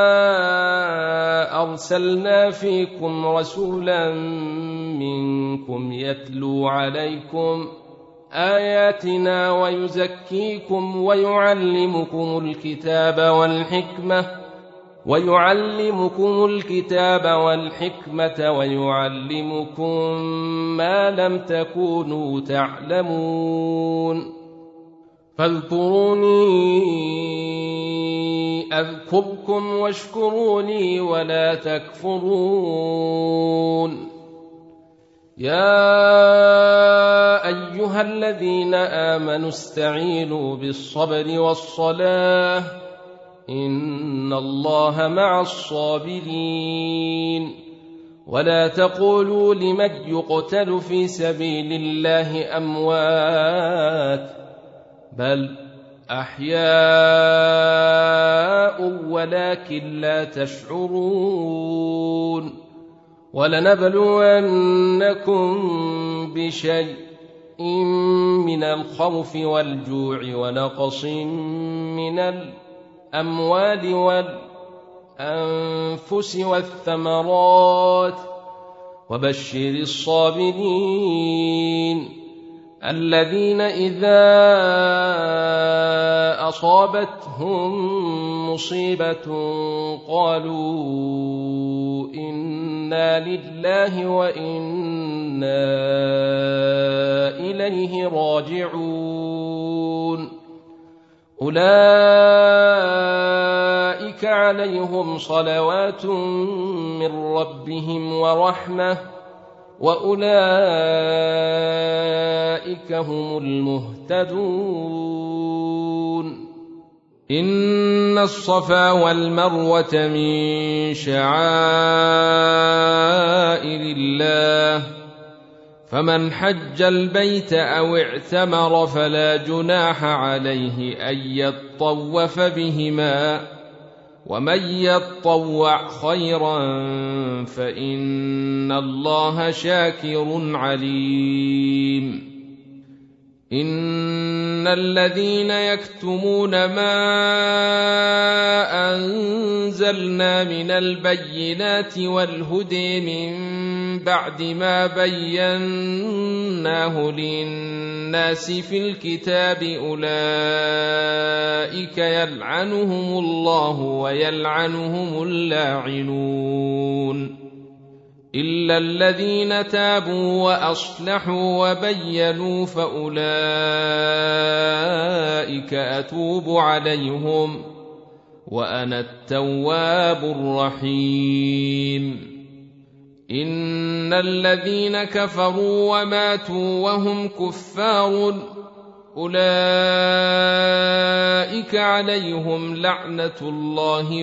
أرسلنا فيكم رسولا منكم يتلو عليكم آياتنا ويزكيكم ويعلمكم الكتاب والحكمة ويعلمكم الكتاب والحكمة ويعلمكم ما لم تكونوا تعلمون فاذكروني أذكركم واشكروني ولا تكفرون يا أيها الذين آمنوا استعينوا بالصبر والصلاة إن الله مع الصابرين ولا تقولوا لمن يقتل في سبيل الله أموات بل أحياء ولكن لا تشعرون ولنبلونكم بشيء من الخوف والجوع ونقص من الأموال والأنفس والثمرات وبشر الصابرين الذين إذا أصابتهم مصيبة قالوا إنا لله وإنا إليه راجعون أولئك عليهم صلوات من ربهم ورحمة وأولئك هم المهتدون إن الصفا والمروة من شعائر الله فمن حج البيت أو اعتمر فلا جناح عليه أن يطوف بهما ومن يطوع خيرا فإن الله شاكر عليم إن الذين يكتمون ما أنزلنا من البينات والهدى من بعد ما بيناه للناس في الكتاب أولئك يلعنهم الله ويلعنهم اللاعنون إلا الذين تابوا وأصلحوا وبينوا فأولئك أتوب عليهم وأنا التواب الرحيم إن الذين كفروا وماتوا وهم كفار أولئك عليهم لعنة الله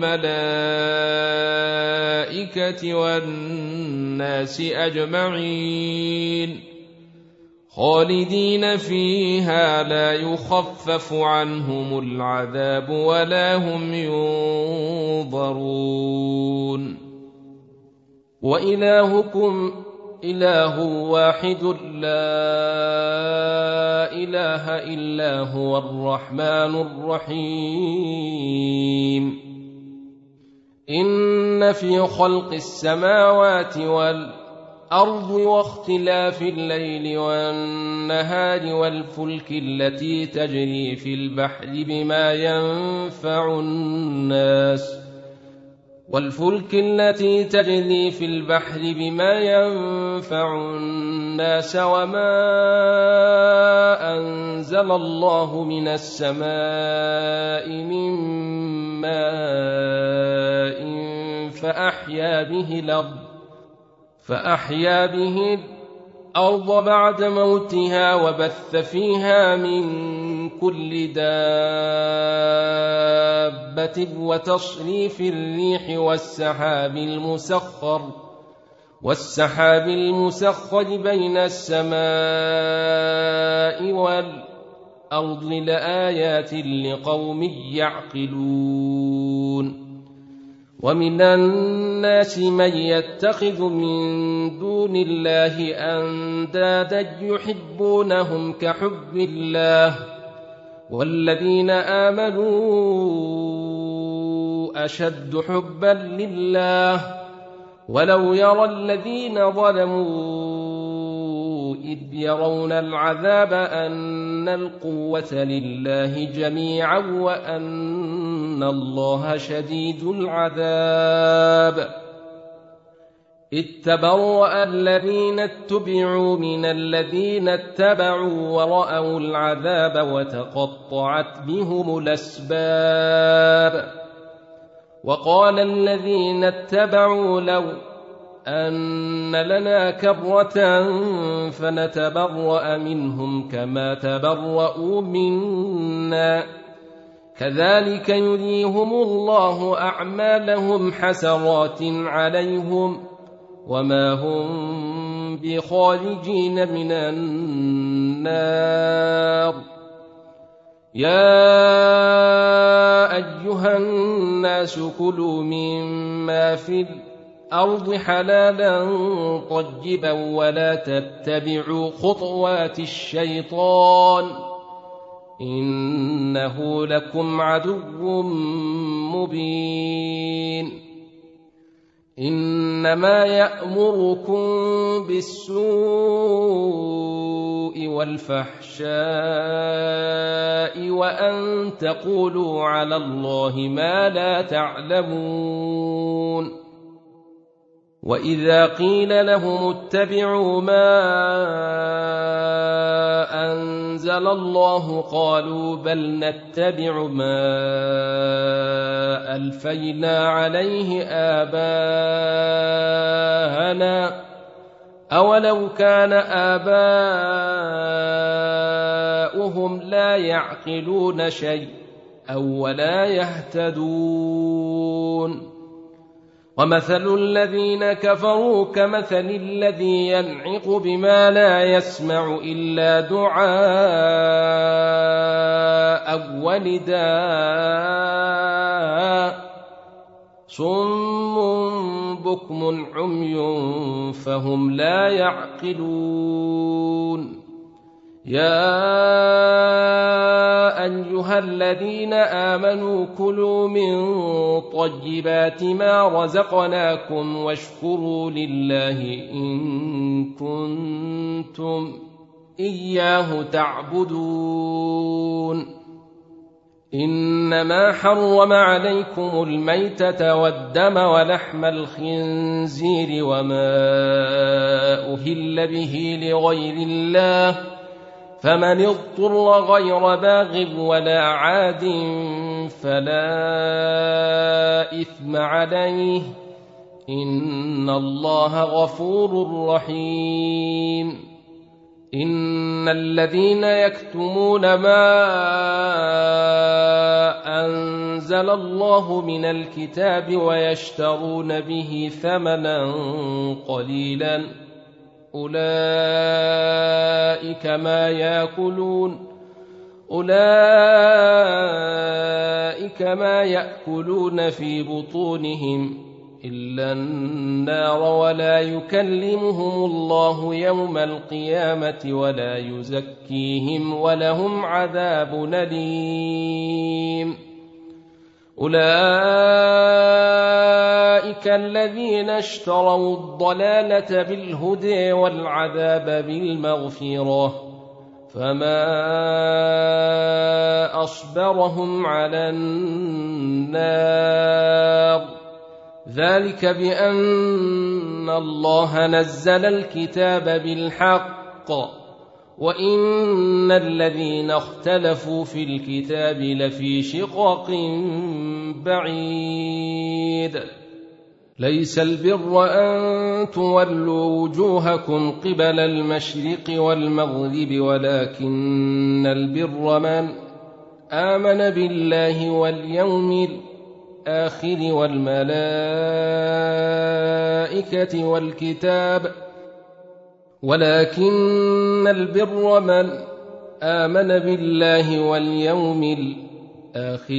والملائكة والناس أجمعين خالدين فيها لا يخفف عنهم العذاب ولا هم ينظرون وإلهكم إله واحد لا إله إلا هو الرحمن الرحيم إن في خلق السماوات والأرض واختلاف الليل والنهار والفلك التي تجري في البحر بما ينفع الناس والفلك التي تجري في البحر بما ينفع الناس وما أنزل الله من السماء من ماء فأحيا به الأرض فأحيا به الأرض بعد موتها وبث فيها من كل دابة وتصريف الريح والسحاب المسخر والسحاب المسخر بين السماء والأرض لآيات لقوم يعقلون ومن الناس من يتخذ من دون الله أندادا يحبونهم كحب الله والذين آمنوا أشد حبا لله ولو يرى الذين ظلموا إذ يرون العذاب أن القوة لله جميعا وأن الله شديد العذاب إذ تبرأ الذين اتبعوا من الذين اتبعوا ورأوا العذاب وتقطعت بهم الأسباب وقال الذين اتبعوا لو أن لنا كرة فنتبرأ منهم كما تبرؤوا منا كذلك يريهم الله أعمالهم حسرات عليهم وما هم بخارجين من النار يا أيها الناس كلوا مما في الأرض حلالا طيبا ولا تتبعوا خطوات الشيطان إنه لكم عدو مبين إنما يأمركم بالسوء والفحشاء وأن تقولوا على الله ما لا تعلمون وإذا قيل لهم اتبعوا ما أنزل الله قالوا بل نتبع ما ألفينا عليه آباءنا أولو كان آباؤهم لا يعقلون شيئا ولا يهتدون ومثل الذين كفروا كمثل الذي ينعق بما لا يسمع إلا دعاء ونداء صم بكم عمي فهم لا يعقلون يا أيها الذين آمنوا كلوا من طيبات ما رزقناكم واشكروا لله إن كنتم إياه تعبدون إنما حرم عليكم الميتة والدم ولحم الخنزير وما أهل به لغير الله فمن اضطر غير باغ ولا عاد فلا إثم عليه إن الله غفور رحيم إن الذين يكتمون ما أنزل الله من الكتاب ويشترون به ثمنا قليلا أولئك ما يأكلون أولئك ما يأكلون في بطونهم إلا النار ولا يكلمهم الله يوم القيامة ولا يزكيهم ولهم عذاب أليم أولئك الذين اشتروا الضلالة بالهدى والعذاب بالمغفرة فما أصبرهم على النار ذلك بأن الله نزل الكتاب بالحق وإن الذين اختلفوا في الكتاب لفي شقاق بعيد ليس البر أن تولوا وجوهكم قبل المشرق والمغرب ولكن البر من آمن بالله واليوم الآخر والملائكة والكتاب ولكن البر من آمن بالله واليوم الآخر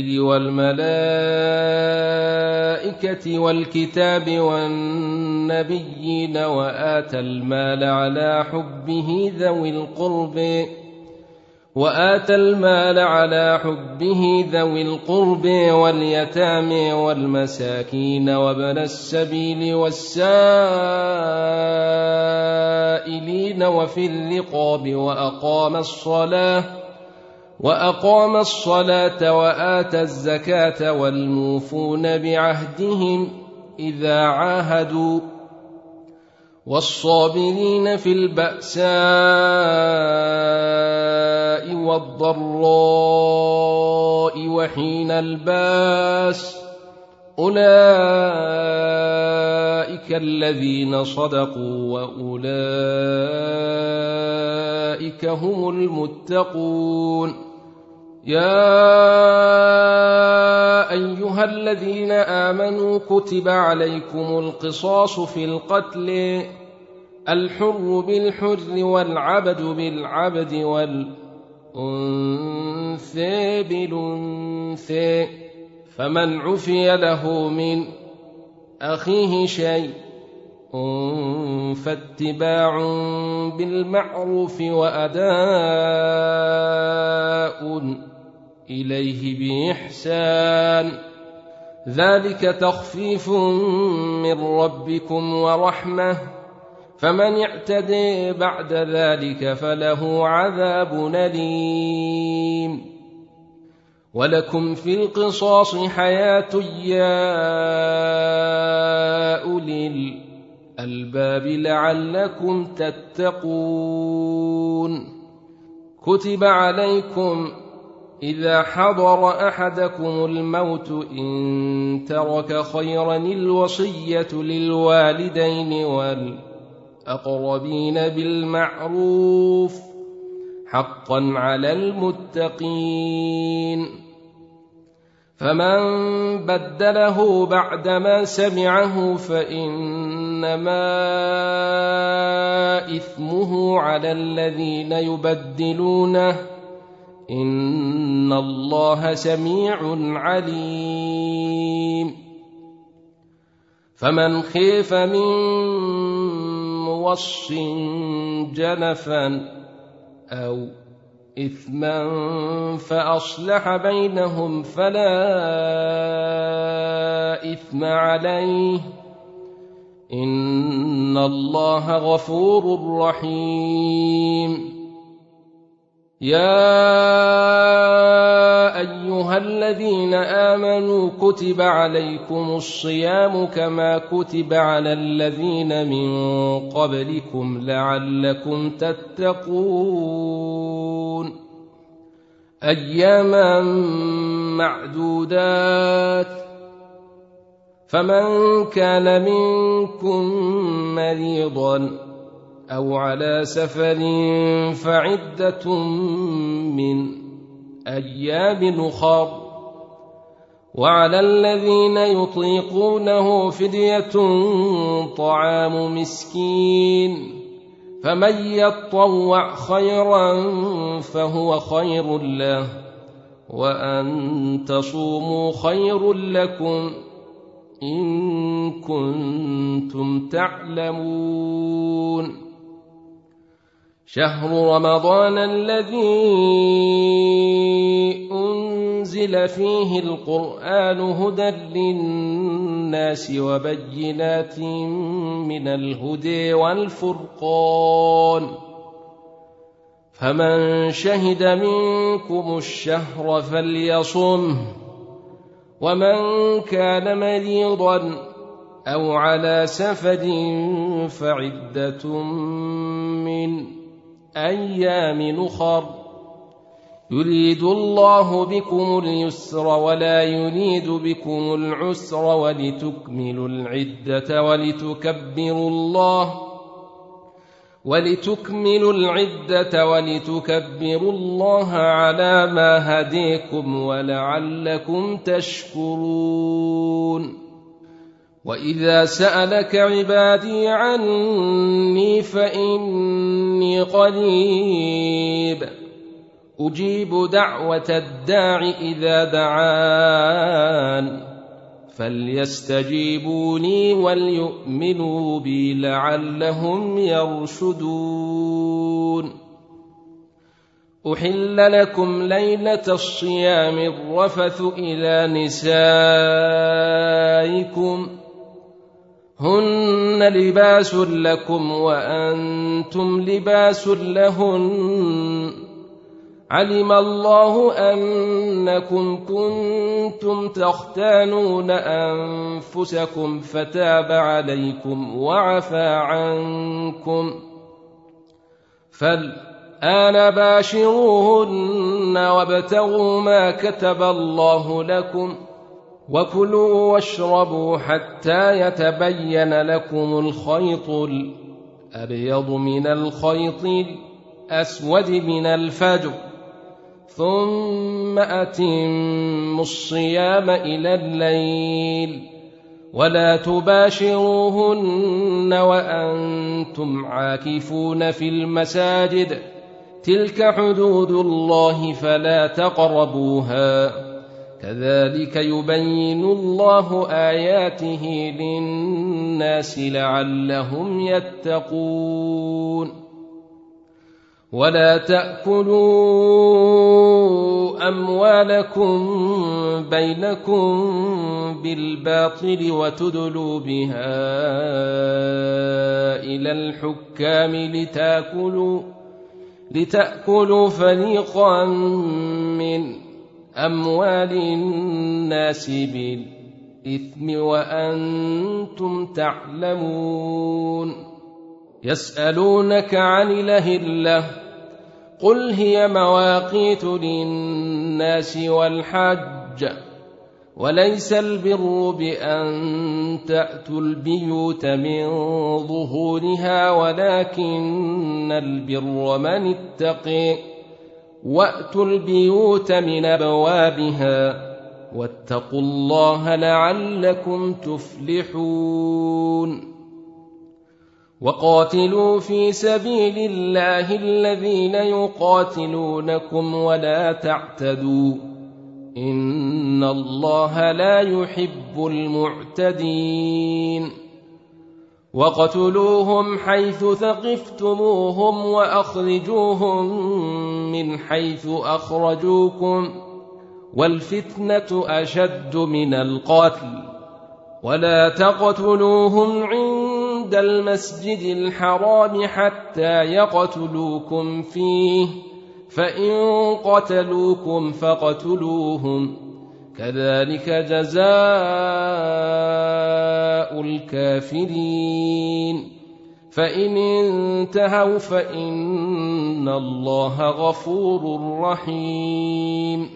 والملائكة والكتاب والنبيين وآتى المال على حبه ذوي القرب وآتى المال على حبه ذوي القرب واليتامى والمساكين وابن السبيل والسائلين وفي الرقاب وأقام الصلاة وأقام الصلاة وآتى الزكاة والموفون بعهدهم إذا عاهدوا والصابرين في البأساء والضراء وحين الباس أولئك الذين صدقوا وأولئك هم المتقون يا أيها الذين آمنوا كتب عليكم القصاص في القتل الحر بالحر والعبد بالعبد والأنثى بالأنثى فمن عفي له من أخيه شيء فاتباع بالمعروف وأداء إليه بإحسان ذلك تخفيف من ربكم ورحمة فمن اعتدي بعد ذلك فله عذاب أليم ولكم في القصاص حياة يا أولي الألباب لعلكم تتقون كتب عليكم إذا حضر أحدكم الموت إن ترك خيرا الوصية للوالدين والأقربين بالمعروف حقا على المتقين فمن بدله بعدما سمعه فإنما إثمه على الذين يبدلونه إن الله سميع عليم فمن خيف من موص جنفا أو إثما فأصلح بينهم فلا إثم عليه إن الله غفور رحيم يا أيها الذين آمنوا كتب عليكم الصيام كما كتب على الذين من قبلكم لعلكم تتقون أياما معدودات فمن كان منكم مريضا أو على سفر فعدة من أيام أخر وعلى الذين يطيقونه فدية طعام مسكين فمن يطوع خيرا فهو خير له وأن تصوموا خير لكم إن كنتم تعلمون شهر رمضان الذي أنزل فيه القرآن هدى للناس وبينات من الهدى والفرقان فمن شهد منكم الشهر فليصمه ومن كان مريضا أو على سفر فعدة من أيام أخر يريد الله بكم اليسر ولا يريد بكم العسر ولتكملوا العدة ولتكبروا الله ولتكملوا العدة ولتكبروا الله على ما هديكم ولعلكم تشكرون وإذا سألك عبادي عني فإني قريب أجيب دعوة الداع إذا دعان فليستجيبوا لي وليؤمنوا بي لعلهم يرشدون أحل لكم ليلة الصيام الرفث إلى نسائكم هن لباس لكم وأنتم لباس لهن علم الله أنكم كنتم تختانون أنفسكم فتاب عليكم وعفى عنكم فالآن باشروهن وابتغوا ما كتب الله لكم وكلوا واشربوا حتى يتبين لكم الخيط الأبيض من الخيط الأسود من الفجر ثم أتموا الصيام إلى الليل ولا تباشروهن وأنتم عاكفون في المساجد تلك حدود الله فلا تقربوها كذلك يبين الله آياته للناس لعلهم يتقون ولا تأكلوا أموالكم بينكم بالباطل وتدلوا بها إلى الحكام لتأكلوا, لتأكلوا فريقا من أموال الناس بالإثم وأنتم تعلمون يسألونك عن الأهلة قل هي مواقيت للناس والحج وليس البر بأن تأتوا البيوت من ظهورها ولكن البر من اتقي وأتوا البيوت من أبوابها واتقوا الله لعلكم تفلحون وقاتلوا في سبيل الله الذين يقاتلونكم ولا تعتدوا إن الله لا يحب المعتدين وقتلوهم حيث ثقفتموهم وأخرجوهم من حيث أخرجوكم والفتنة أشد من القتل ولا تقتلوهم عند المسجد الحرام حتى يقتلوكم فيه فإن قتلوكم فاقتلوهم كذلك جزاء الكافرين فإن انتهوا فإن الله غفور رحيم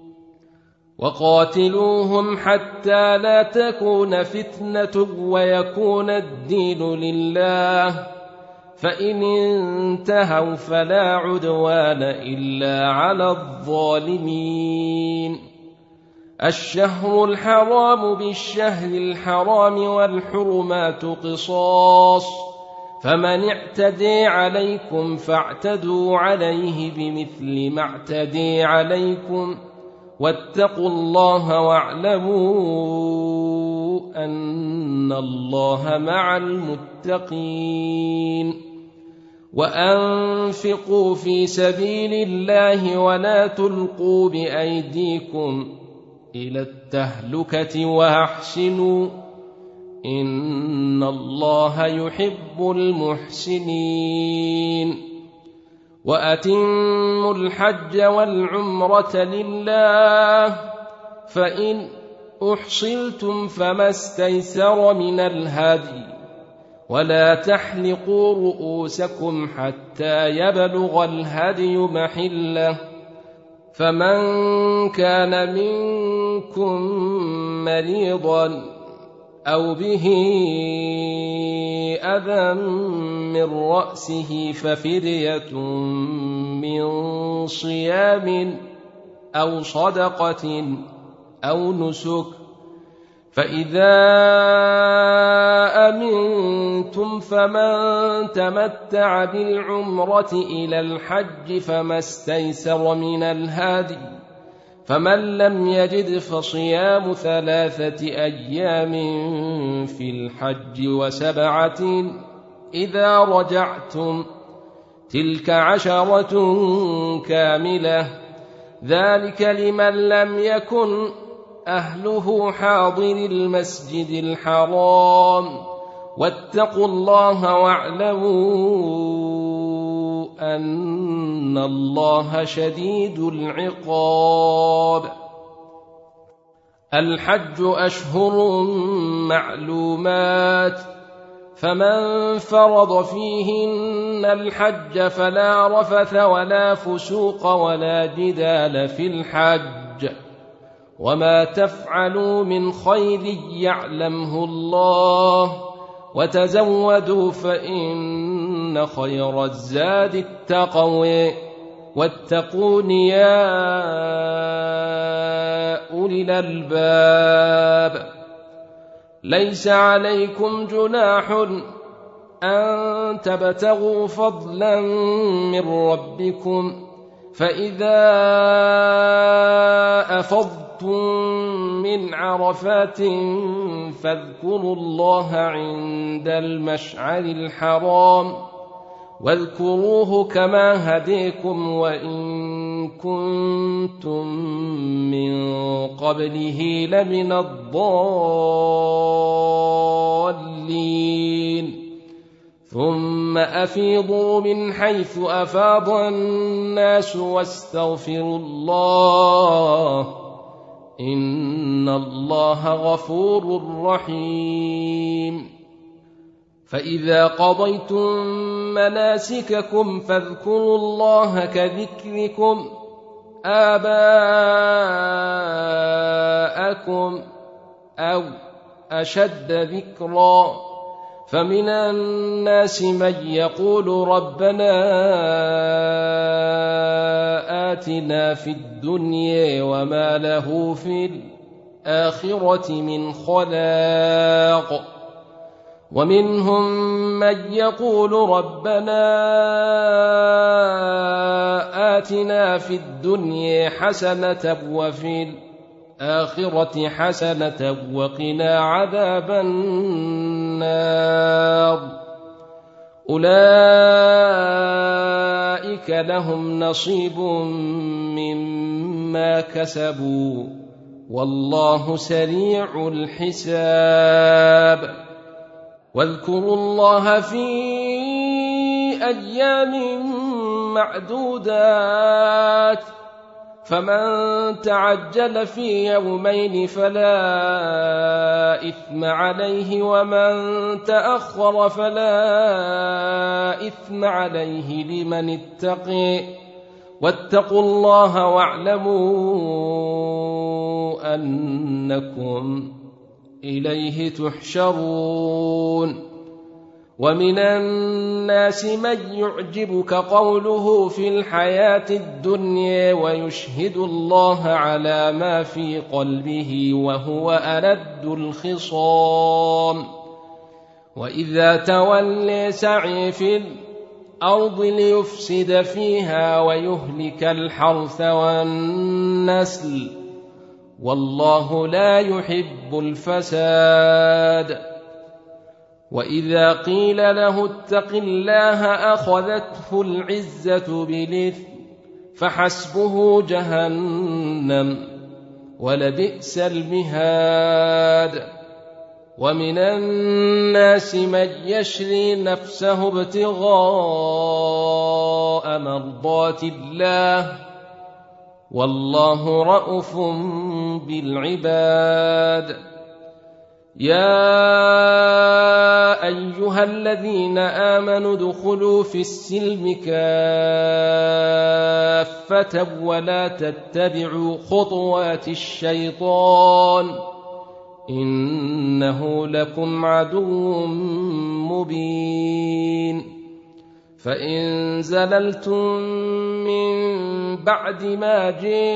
وقاتلوهم حتى لا تكون فتنة ويكون الدين لله فإن انتهوا فلا عدوان إلا على الظالمين الشهر الحرام بالشهر الحرام والحرمات قصاص فمن اعتدي عليكم فاعتدوا عليه بمثل ما اعتدي عليكم واتقوا الله واعلموا أن الله مع المتقين وأنفقوا في سبيل الله ولا تلقوا بأيديكم إلى التهلكة وأحسنوا إن الله يحب المحسنين وأتموا الحج والعمرة لله فإن أحصلتم فما استيسر من الهدي ولا تحلقوا رؤوسكم حتى يبلغ الهدي محله فمن كان منكم مريضا أو به أذى من رأسه ففدية من صيام أو صدقة أو نسك فإذا أمنتم فمن تمتع بالعمرة إلى الحج فما استيسر من الهدي فمن لم يجد فصيام ثلاثة أيام في الحج وسبعة إذا رجعتم تلك عشرة كاملة ذلك لمن لم يكن أهله حاضر المسجد الحرام واتقوا الله واعلموا أن الله شديد العقاب الحج أشهر معلومات فمن فرض فيهن الحج فلا رفث ولا فسوق ولا جدال في الحج وما تفعلوا من خير يعلمه الله وتزودوا فإن خير الزاد التقوى واتقون يا أولي الألباب ليس عليكم جناح أن تبتغوا فضلا من ربكم فإذا أفضتم من عرفات فاذكروا الله عند المشعر الحرام واذكروه كما هديكم وإن كنتم من قبله لمن الضالين ثم أفيضوا من حيث أفاض الناس واستغفروا الله إن الله غفور رحيم فإذا قضيتم مناسككم فاذكروا الله كذكركم آباءكم أو أشد ذكرا فمن الناس من يقول ربنا آتنا في الدنيا وما له في الآخرة من خلاق ومنهم من يقول ربنا آتنا في الدنيا حسنة وفي الآخرة حسنة وقنا عذاب النار أولئك لهم نصيب مما كسبوا والله سريع الحساب واذكروا الله في أيام معدودات فمن تعجل في يومين فلا إثم عليه ومن تأخر فلا إثم عليه لمن اتقي واتقوا الله واعلموا أنكم إليه تحشرون ومن الناس من يعجبك قوله في الحياة الدنيا ويشهد الله على ما في قلبه وهو ألد الخصام وإذا تولي سعي في الأرض ليفسد فيها ويهلك الحرث والنسل والله لا يحب الفساد وإذا قيل له اتق الله أخذته العزة بالإثم فحسبه جهنم ولبئس المهاد ومن الناس من يشري نفسه ابتغاء مرضات الله والله رءوف بالعباد يا أيها الذين آمنوا ادخلوا في السلم كافة ولا تتبعوا خطوات الشيطان إنه لكم عدو مبين فإن زللتم من بعد ما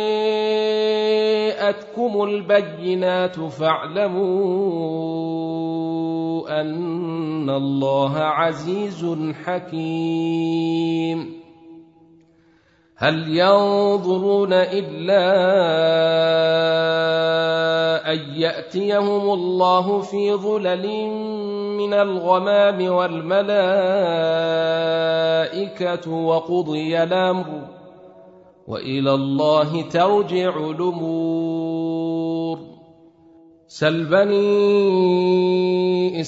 جاءتكم البينات فاعلموا أن الله عزيز حكيم هل ينظرون إلا أن يأتيهم الله في ظلل من الغمام والملائكة وقضي الأمر وإلى الله ترجع الأمور سل بني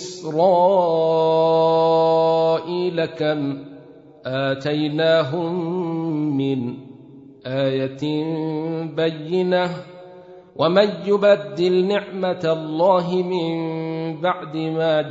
إسرائيل كم آتيناهم من آية بينة ومن يبدل نعمة الله من بعد ما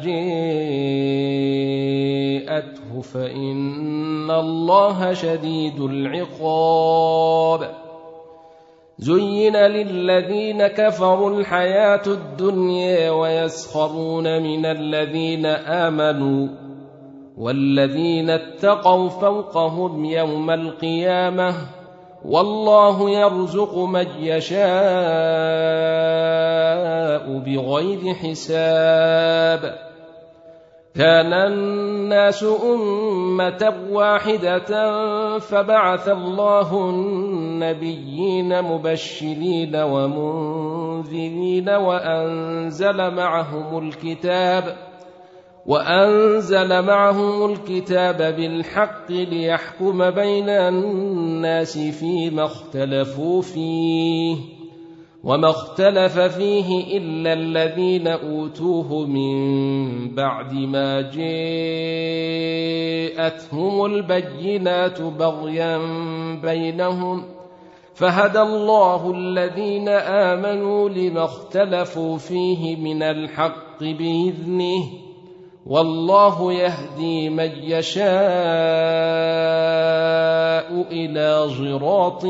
جاءته فإن الله شديد العقاب زين للذين كفروا الحياة الدنيا ويسخرون من الذين آمنوا والذين اتقوا فوقهم يوم القيامة والله يرزق من يشاء بغير حساب كان الناس أمة واحدة فبعث الله النبيين مبشرين ومنذرين وأنزل معهم الكتاب وأنزل معهم الكتاب بالحق ليحكم بين الناس فيما اختلفوا فيه وما اختلف فيه إلا الذين أوتوه من بعد ما جاءتهم البينات بغيا بينهم فهدى الله الذين آمنوا لما اختلفوا فيه من الحق بإذنه والله يهدي من يشاء إلى صراط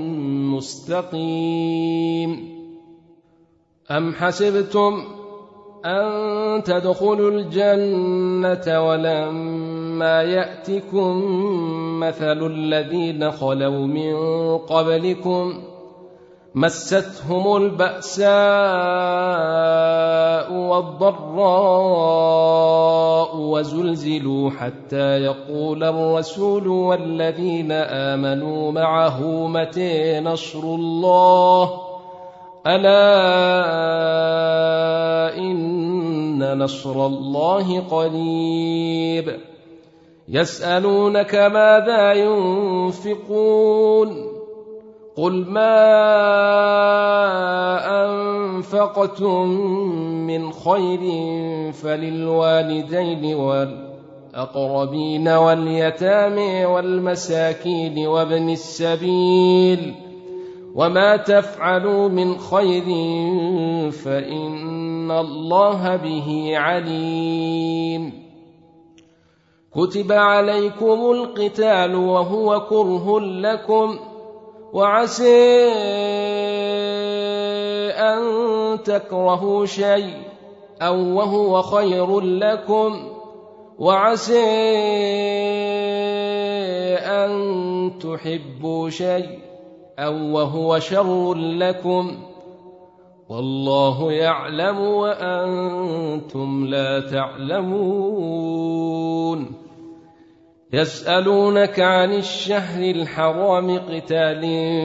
مستقيم أم حسبتم أن تدخلوا الجنة ولما يأتكم مثل الذين خلوا من قبلكم مستهم البأساء والضراء وزلزلوا حتى يقول الرسول والذين آمنوا معه متى نصر الله ألا إن نصر الله قريب يسألونك ماذا ينفقون قل ما أنفقتم من خير فللوالدين والأقربين واليتامى والمساكين وابن السبيل وما تفعلوا من خير فإن الله به عليم كتب عليكم القتال وهو كره لكم وعسى أن تكرهوا شيء أو وهو خير لكم وعسى أن تحبوا شيء أو وهو شر لكم والله يعلم وأنتم لا تعلمون يسألونك عن الشهر الحرام قتال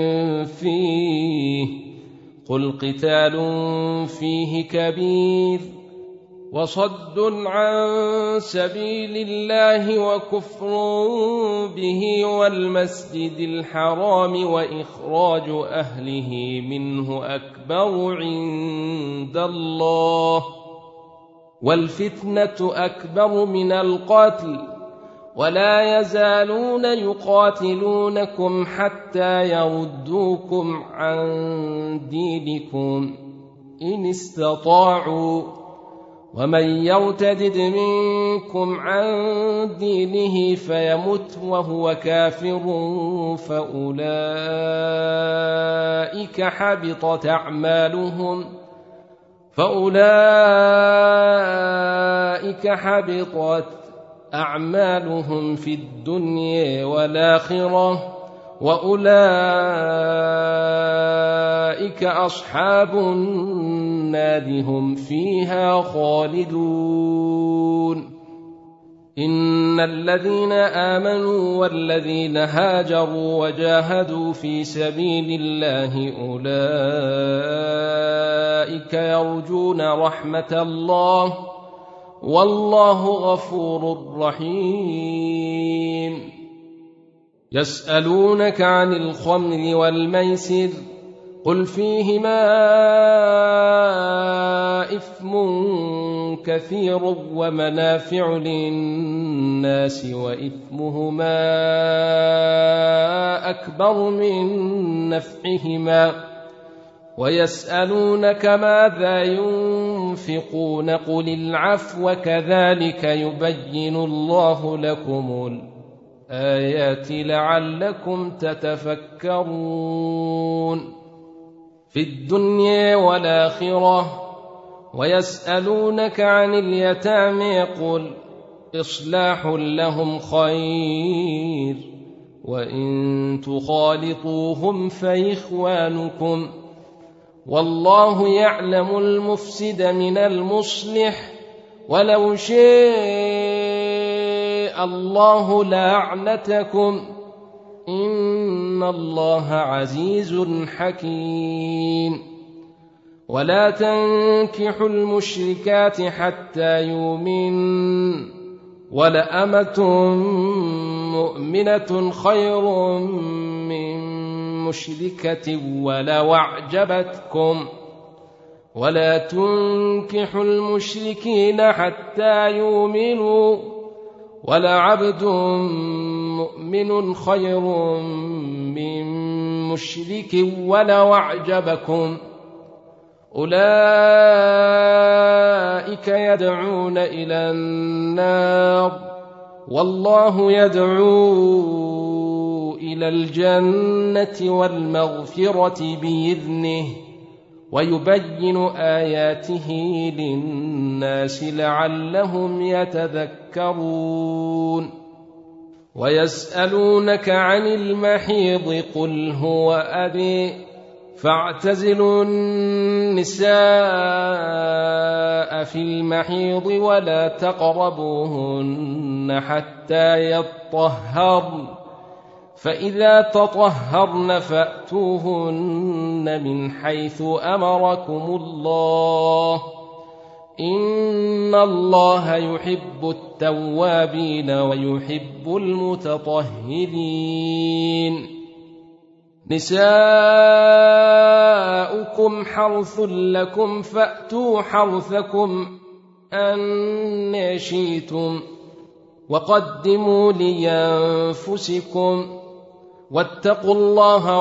فيه قل قتال فيه كبير وصد عن سبيل الله وكفر به والمسجد الحرام وإخراج أهله منه أكبر عند الله والفتنة أكبر من القتل ولا يزالون يقاتلونكم حتى يردوكم عن دينكم إن استطاعوا ومن يرتد منكم عن دينه فيمت وهو كافر فأولئك حبطت أعمالهم فأولئك حبطت أعمالهم في الدنيا والآخرة وأولئك أصحاب النار هم فيها خالدون إن الذين آمنوا والذين هاجروا وجاهدوا في سبيل الله أولئك يرجون رحمة الله والله غفور رحيم يسألونك عن الخمر والميسر قل فيهما إثم كثير ومنافع للناس وإثمهما أكبر من نفعهما ويسألونك ماذا ينفقون قل العفو كذلك يبين الله لكم الآيات لعلكم تتفكرون في الدنيا والآخرة ويسألونك عن اليتامى قل إصلاح لهم خير وإن تخالطوهم فإخوانكم والله يعلم المفسد من المصلح ولو شاء الله لأعنتكم إن الله عزيز حكيم ولا تنكحوا المشركات حتى يؤمن ولأمة مؤمنة خير من مشركة ولو أعجبتكم ولا تنكحوا المشركين حتى يؤمنوا ولعبد مؤمن خير من مشرك ولو أعجبكم أولئك يدعون إلى النار والله يدعو إلى الجنة والمغفرة بإذنه ويبين آياته للناس لعلهم يتذكرون ويسألونك عن المحيض قل هو أذى فاعتزلوا النساء في المحيض ولا تقربوهن حتى يطهرن فإذا تطهرن فأتوهن من حيث أمركم الله إن الله يحب التوابين ويحب المتطهرين. نساؤكم حرث لكم فأتوا حرثكم أن شئتم وقدموا لأنفسكم واتقوا الله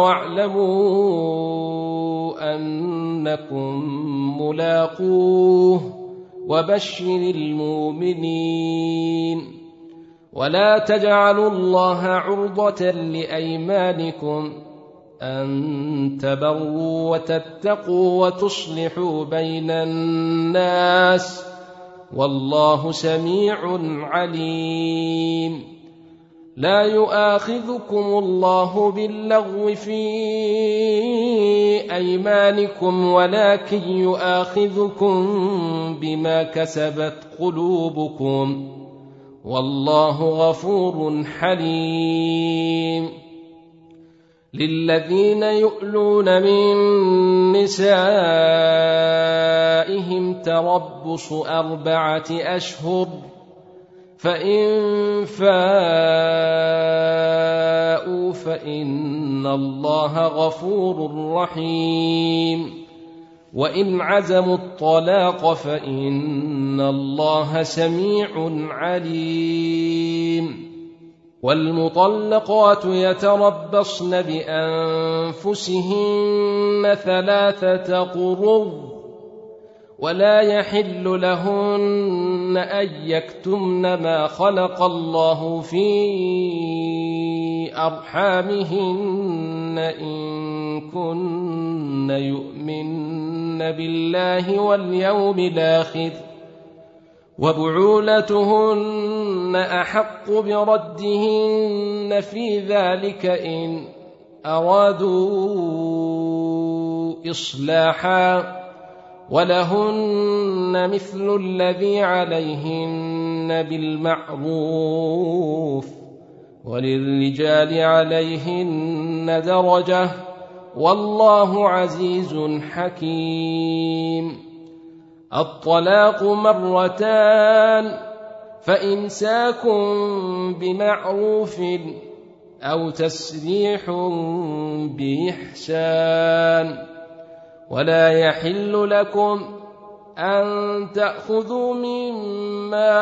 واعلموا أنكم ملاقوه وبشر المؤمنين. ولا تجعلوا الله عرضة لأيمانكم أن تبروا وتتقوا وتصلحوا بين الناس والله سميع عليم. لا يؤاخذكم الله باللغو في أيمانكم ولكن يؤاخذكم بما كسبت قلوبكم والله غفور حليم. للذين يؤلون من نسائهم تربص أربعة أشهر فإن فاءوا فإن الله غفور رحيم. وإن عزموا الطلاق فإن الله سميع عليم. والمطلقات يتربصن بأنفسهن ثلاثة قروء ولا يحل لهن أن يكتمن ما خلق الله في أرحامهن إن كن يؤمن بالله واليوم الآخر وبعولتهن أحق بردهن في ذلك إن أرادوا إصلاحا ولهن مثل الذي عليهن بالمعروف وللرجال عليهن درجة والله عزيز حكيم. الطلاق مرتان فإمساك بمعروف أو تسريح بإحسان. ولا يحل لكم أن تأخذوا مما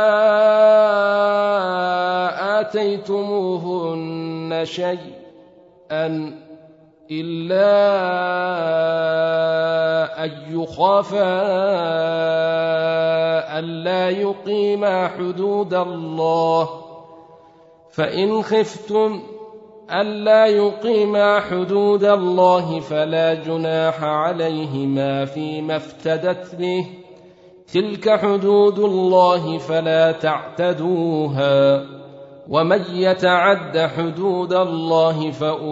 آتيتموهن شيئا إلا أن يخافا ألا يقيما حدود الله فإن خفتم ألا يقيما حدود الله فلا جناح عليهما فيما افتدت به تلك حدود الله فلا تعتدوها ومن يتعد حدود الله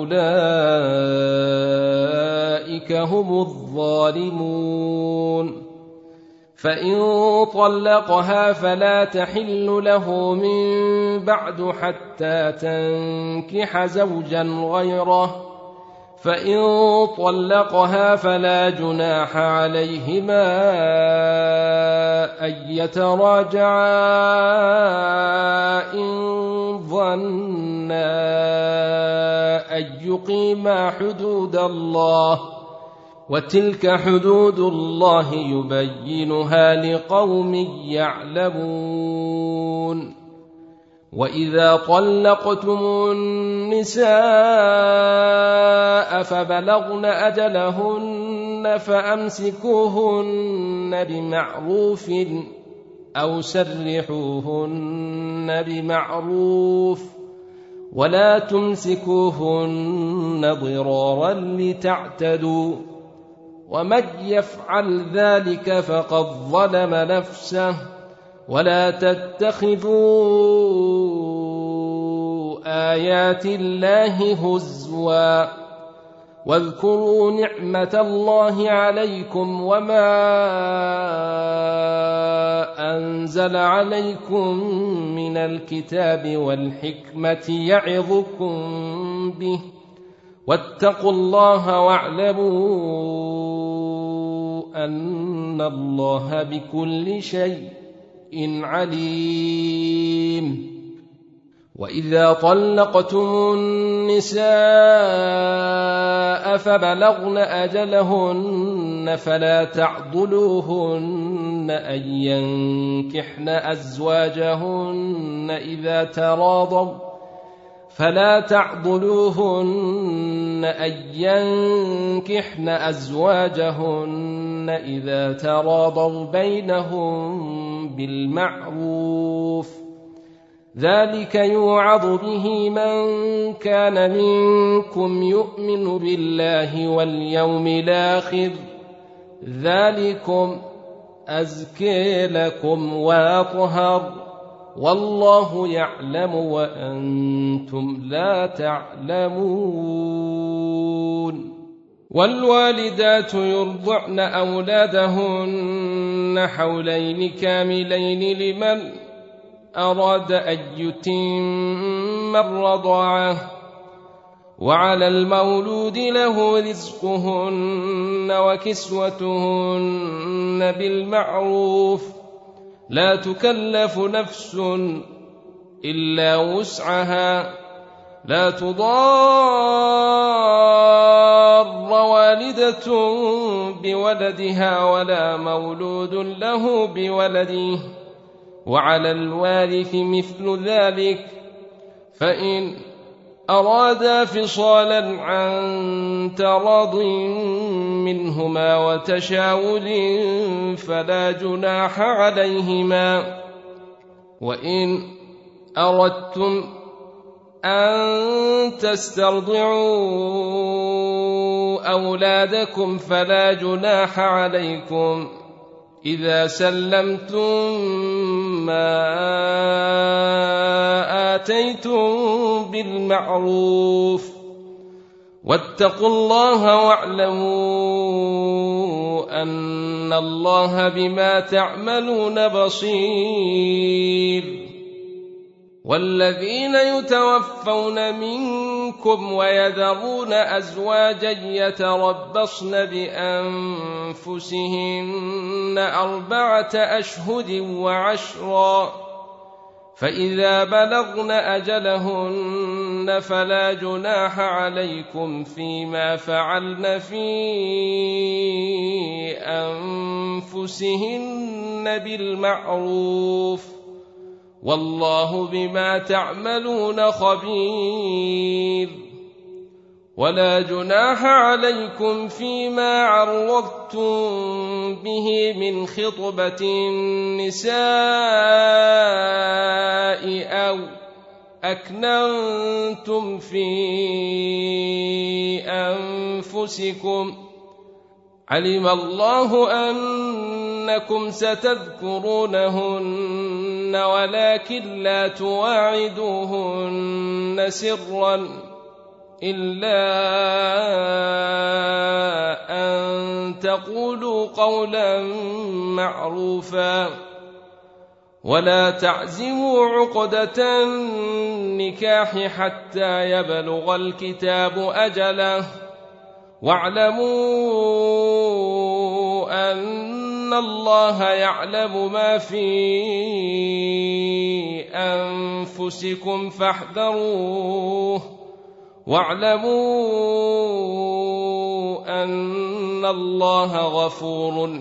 فأولئك هم الظالمون. فإن طلقها فلا تحل له من بعد حتى تنكح زوجا غيره فإن طلقها فلا جناح عليهما أن يتراجعا إن ظنا أن يقيما حدود الله وتلك حدود الله يبينها لقوم يعلمون. وإذا طلقتم النساء فبلغن أجلهن فأمسكوهن بمعروف أو سرحوهن بمعروف ولا تمسكوهن ضرارا لتعتدوا ومن يفعل ذلك فقد ظلم نفسه. ولا تتخذوا آيات الله هزوا واذكروا نعمة الله عليكم وما أنزل عليكم من الكتاب والحكمة يعظكم به واتقوا الله واعلموا أن الله بكل شيء عليم. وإذا طلقتم النساء فبلغن أجلهن فلا تعضلوهن أن ينكحن أزواجهن إذا تراضوا فلا تعضلوهن أن ينكحن أزواجهن إذا تراضوا بينهم بالمعروف ذلك يوعظ به من كان منكم يؤمن بالله واليوم الآخر ذلكم أزكي لكم وأطهر والله يعلم وأنتم لا تعلمون. والوالدات يرضعن أولادهن حولين كاملين لمن أراد أن يتم الرضاعة وعلى المولود له رزقهن وكسوتهن بالمعروف لا تكلف نفس إلا وسعها لا تضار والدة بولدها ولا مولود له بولده وعلى الوارث مثل ذلك فإن أرادا فصالا عن تراض منهما وتشاور فلا جناح عليهما. وإن أردتم أن تسترضعوا أولادكم فلا جناح عليكم إذا سلمتم ما آتيتم بالمعروف واتقوا الله واعلموا أن الله بما تعملون بصير. والذين يتوفون منكم ويذرون أزواجا يتربصن بأنفسهن أربعة أشهر وعشرا فإذا بلغن أجلهن فلا جناح عليكم فيما فعلن في أنفسهن بالمعروف والله بما تعملون خبير. ولا جناح عليكم فيما عرضتم به من خطبة النساء أو أكننتم في أنفسكم علم الله أنكم ستذكرونهن ولكن لا تواعدوهن سرا إلا أن تقولوا قولا معروفا ولا تعزموا عقدة النكاح حتى يبلغ الكتاب أجله واعلموا أن الله يعلم ما في أنفسكم فاحذروه واعلموا أن الله غفور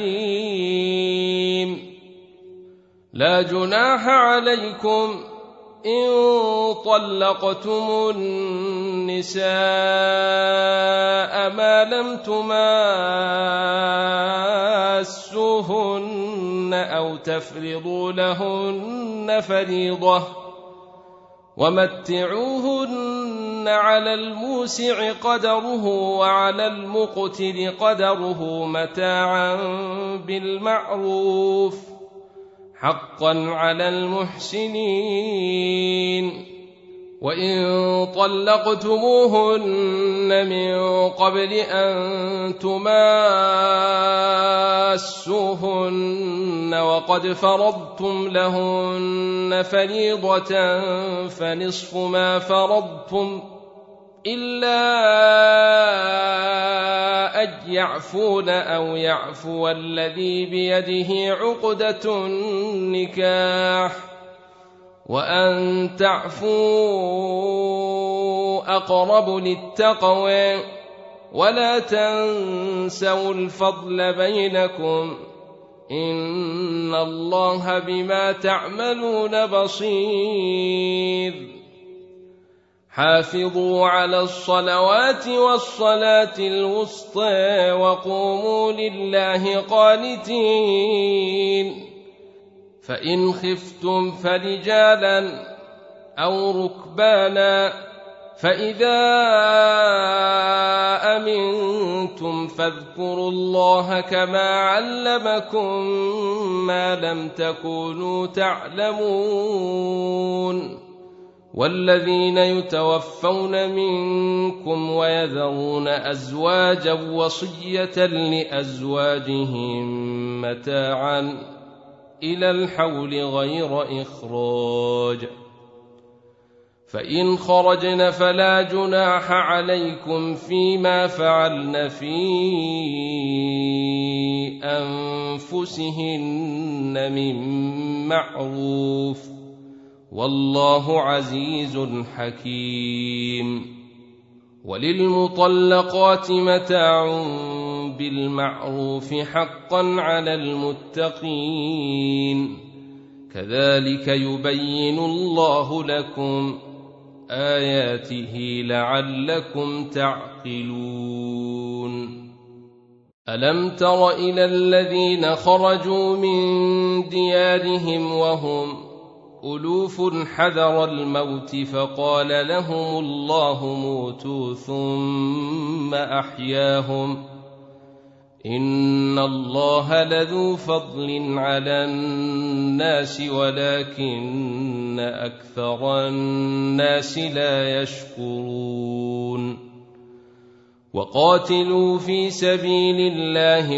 حليم. لا جناح عليكم إن طلقتم النساء ما لم تماسوهن أو تفرضوا لهن فريضة ومتعوهن على الموسع قدره وعلى المقتر قدره متاعا بالمعروف حقا على المحسنين. وإن طلقتموهن من قبل أن تماسوهن وقد فرضتم لهن فريضة فنصف ما فرضتم إلا أن يعفون أو يعفو الذي بيده عقدة النكاح وأن تعفوا أقرب للتقوى ولا تنسوا الفضل بينكم إن الله بما تعملون بصير حافظوا على الصلوات والصلاة الوسطى وقوموا لله قانتين فإن خفتم فرجالا أو ركبانا فإذا أمنتم فاذكروا الله كما علمكم ما لم تكونوا تعلمون والذين يتوفون منكم ويذرون أزواجا وصية لأزواجهم متاعا إلى الحول غير إخراج فإن خرجن فلا جناح عليكم فيما فعلن في أنفسهن من معروف والله عزيز حكيم وللمطلقات متاع بالمعروف حقا على المتقين كذلك يبين الله لكم آياته لعلكم تعقلون ألم تر إلى الذين خرجوا من ديارهم وهم ألوف حذر الموت فقال لهم الله موتوا ثم أحياهم إن الله لذو فضل على الناس ولكن أكثر الناس لا يشكرون وقاتلوا في سبيل الله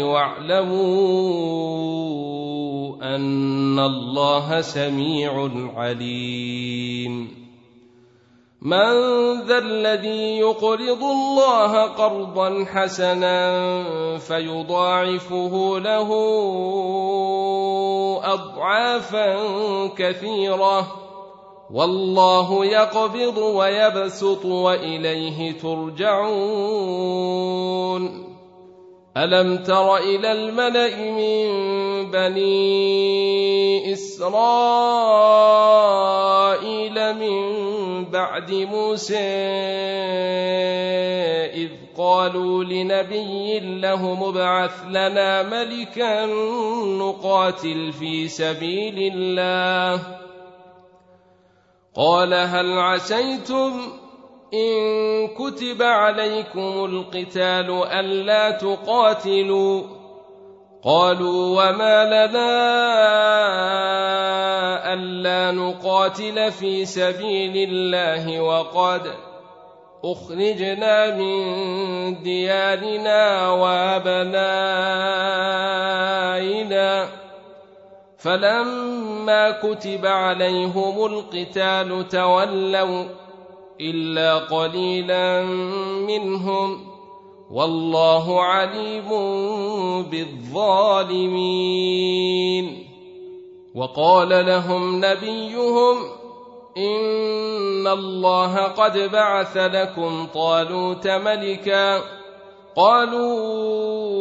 واعلموا أن الله سميع عليم من ذا الذي يقرض الله قرضا حسنا فيضاعفه له أضعافا كثيرة والله يقبض ويبسط وإليه ترجعون ألم تر إلى الملأ من بني إسرائيل من بعد موسى إذ قالوا لنبي له ابعث لنا ملكا نقاتل في سبيل الله قال هل عسيتم إن كتب عليكم القتال ألا تقاتلوا قالوا وما لنا ألا نقاتل في سبيل الله وقد أخرجنا من ديارنا وأبنائنا فلما كتب عليهم القتال تولوا إلا قليلا منهم والله عليم بالظالمين وقال لهم نبيهم إن الله قد بعث لكم طالوت ملكا قالوا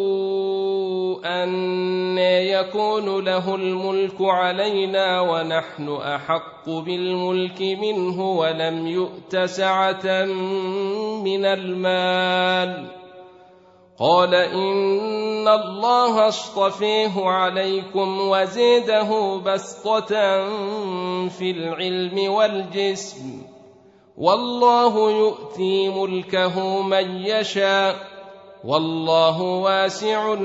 أن يكون له الملك علينا ونحن أحق بالملك منه ولم يؤت سعة من المال قال إن الله اصطفيه عليكم وزيده بسطة في العلم والجسم والله يؤتي ملكه من يشاء والله واسع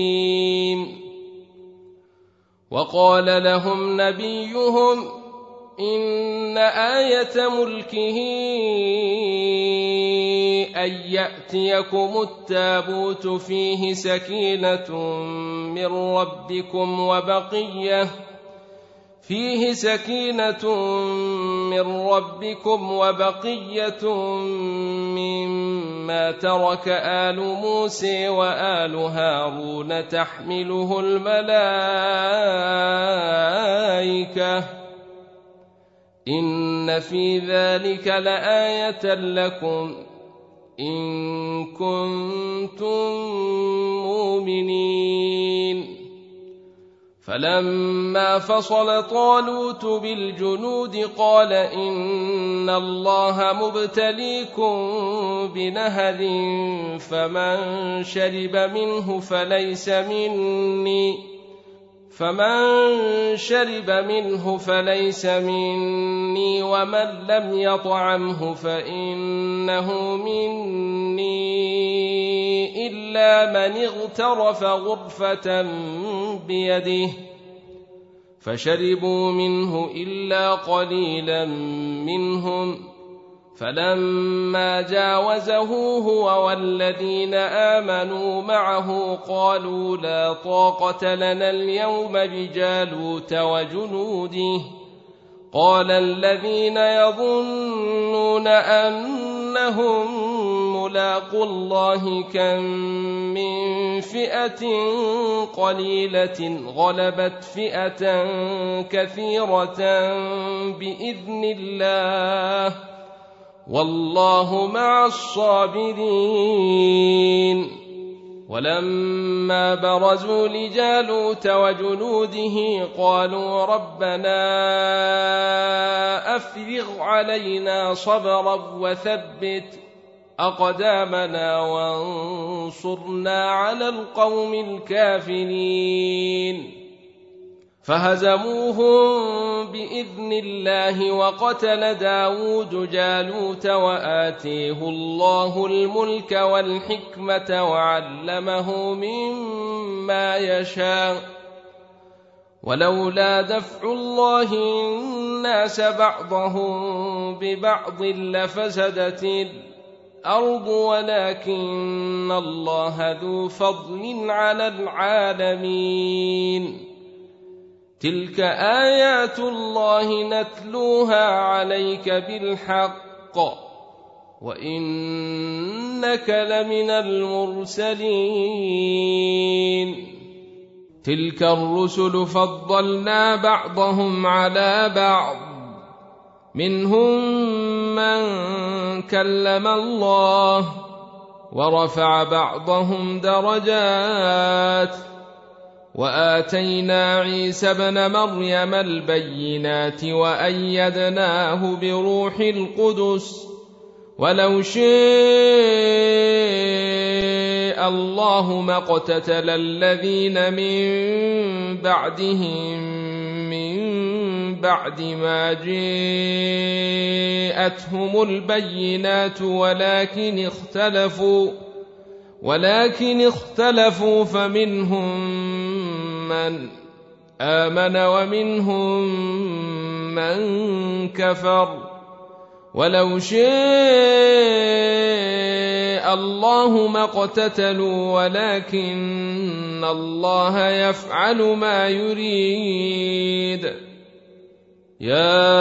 عليم وقال لهم نبيهم إن آية ملكه أن يأتيكم التابوت فيه سكينة من ربكم وبقية فيه سكينة من ربكم وبقية مما ترك آل موسى وآل هارون تحمله الملائكة إن في ذلك لآية لكم إن كنتم مؤمنين. فلما فصل طالوت بالجنود قال إن الله مبتليكم بنهر فمن شرب منه فليس مني فمن شرب منه فليس مني ومن لم يطعمه فإنه مني إلا من اغترف غرفة بيده فشربوا منه إلا قليلا منهم فلما جاوزه هو والذين آمنوا معه قالوا لا طاقة لنا اليوم بجالوت وجنوده قال الذين يظنون أنهم ملاقو الله كم من فئة قليلة غلبت فئة كثيرة بإذن الله والله مع الصابرين. ولما برزوا لجالوت وجنوده قالوا ربنا أفرغ علينا صبرا وثبت أقدامنا وانصرنا على القوم الكافرين فهزموهم بإذن الله وقتل داود جالوت وآتيه الله الملك والحكمة وعلمه مما يشاء ولولا دفع الله الناس بعضهم ببعض لفسدت الأرض ولكن الله ذو فضل على العالمين. تلك آيات الله نتلوها عليك بالحق وإنك لمن المرسلين. تلك الرسل فضلنا بعضهم على بعض منهم من كلم الله ورفع بعضهم درجات وآتينا عيسى ابن مريم البينات وأيدناه بروح القدس ولو شاء الله ما اقتتل الذين من بعدهم من بعد ما جاءتهم البينات ولكن اختلفوا ولكن اختلفوا فمنهم من آمن ومنهم من كفر ولو شاء الله ما اقتتلوا ولكن الله يفعل ما يريد. يا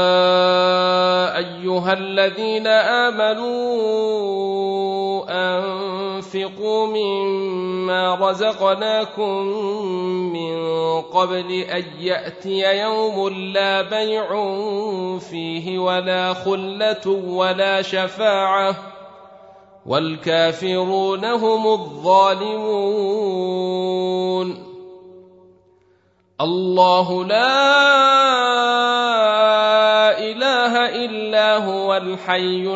أيها الذين آمنوا أنفقوا مما رزقناكم من قبل أن يأتي يوم لا بيع فيه ولا خلة ولا شفاعة والكافرون هم الظالمون. الله لا إله إلا هو الحي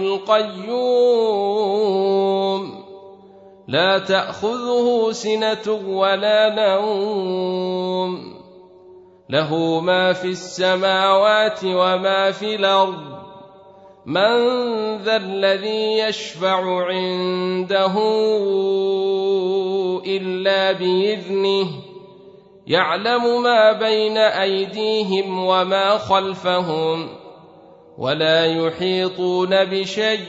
القيوم لا تأخذه سنة ولا نوم له ما في السماوات وما في الأرض من ذا الذي يشفع عنده إلا بإذنه يعلم ما بين أيديهم وما خلفهم ولا يحيطون بشيء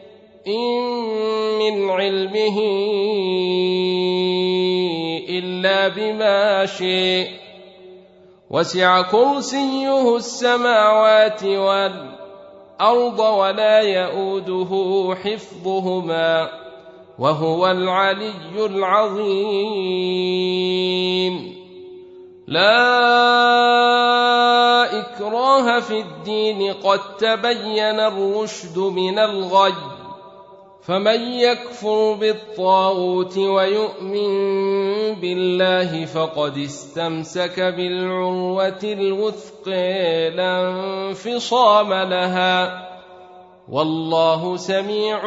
من علمه إلا بما شاء وسع كرسيه السماوات والأرض ولا يئوده حفظهما وهو العلي العظيم. لا إكراه في الدين قد تبين الرشد من الغي فمن يكفر بالطاغوت ويؤمن بالله فقد استمسك بالعروة الوثقى لا انفصام لها والله سميع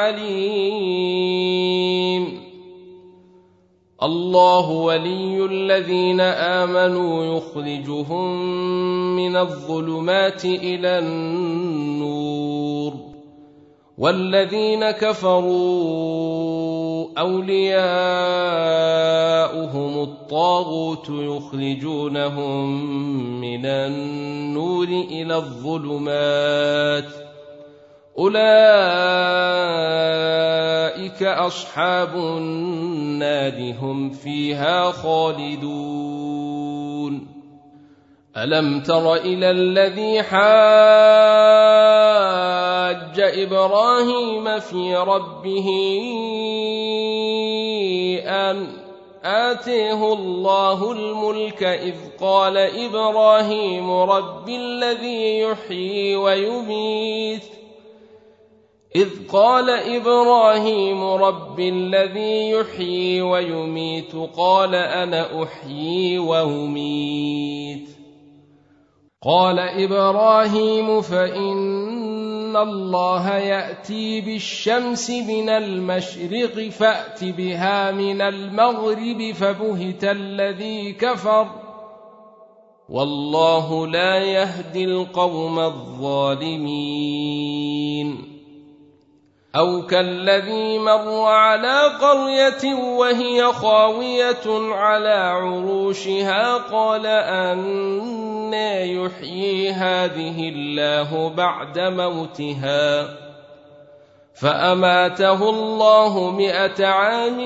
عليم. الله ولي الذين آمنوا يخرجهم من الظلمات إلى النور والذين كفروا أولياؤهم الطاغوت يخرجونهم من النور إلى الظلمات أولئك أصحاب النار هم فيها خالدون. ألم تر إلى الذي حاج إبراهيم في ربه أن آتيه الله الملك إذ قال إبراهيم رب الذي يحيي ويميت إذ قال إبراهيم رب الذي يحيي ويميت قال أنا أحيي وأميت قال إبراهيم فإن الله يأتي بالشمس من المشرق فأت بها من المغرب فبهت الذي كفر والله لا يهدي القوم الظالمين. أو كالذي مر على قرية وهي خاوية على عروشها قال أنى يحيي هذه الله بعد موتها فأماته الله مئة عام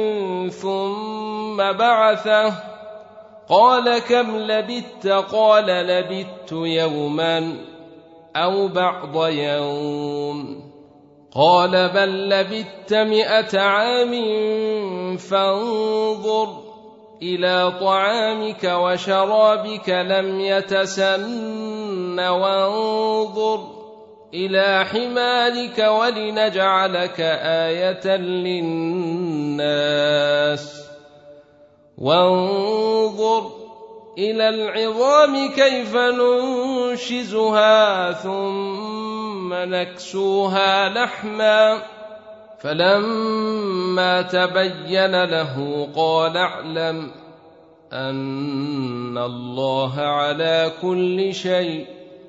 ثم بعثه قال كم لبثت قال لبثت يوما أو بعض يوم قال بل لبثت مئة عام فانظر إلى طعامك وشرابك لم يتسن وانظر إلى حمارك ولنجعلك آية للناس وانظر إلى العظام كيف ننشزها ثم نكسوها لحما فلما تبين له قال اعلم أن الله على كل شيء